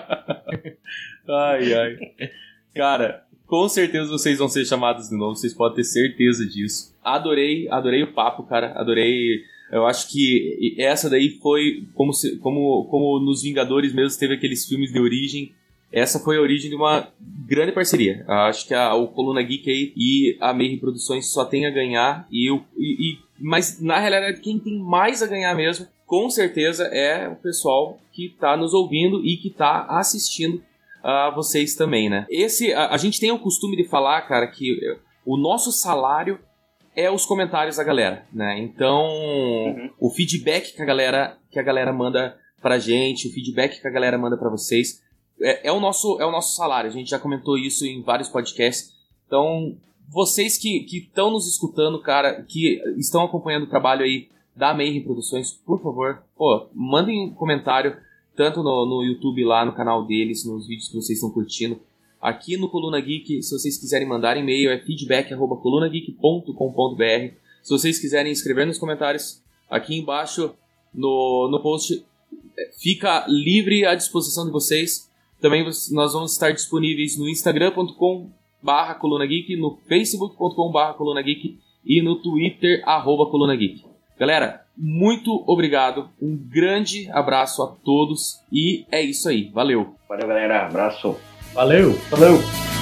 Ai, ai. Cara, com certeza vocês vão ser chamados de novo, vocês podem ter certeza disso. Adorei, adorei o papo, cara, adorei. Eu acho que essa daí foi como, se, como, como nos Vingadores mesmo teve aqueles filmes de origem. Essa foi a origem de uma grande parceria. Eu acho que a, o Coluna Geek aí e a Mayhem Produções só tem a ganhar. E, eu, e, e, mas na realidade quem tem mais a ganhar mesmo, com certeza, é o pessoal que tá nos ouvindo e que tá assistindo a uh, vocês também, né? Esse, a, a gente tem o costume de falar, cara, que o nosso salário é os comentários da galera, né? Então, uhum. o feedback que a galera, que a galera manda pra gente, o feedback que a galera manda pra vocês, é, é, o nosso, é o nosso salário. A gente já comentou isso em vários podcasts. Então, vocês que estão nos escutando, cara, que estão acompanhando o trabalho aí da Mayhem Produções, por favor, pô, mandem um comentário, tanto no, no YouTube lá, no canal deles, nos vídeos que vocês estão curtindo. Aqui no Coluna Geek, se vocês quiserem mandar e-mail, é feedback arroba coluna geek ponto com ponto b r. Se vocês quiserem escrever nos comentários, aqui embaixo no, no post, fica livre à disposição de vocês. Também nós vamos estar disponíveis no instagram ponto com barra coluna geek, no facebook ponto com barra coluna geek e no twitter arroba coluna geek. Galera, muito obrigado, um grande abraço a todos e é isso aí, valeu. Valeu, galera, abraço. Valeu. Valeu.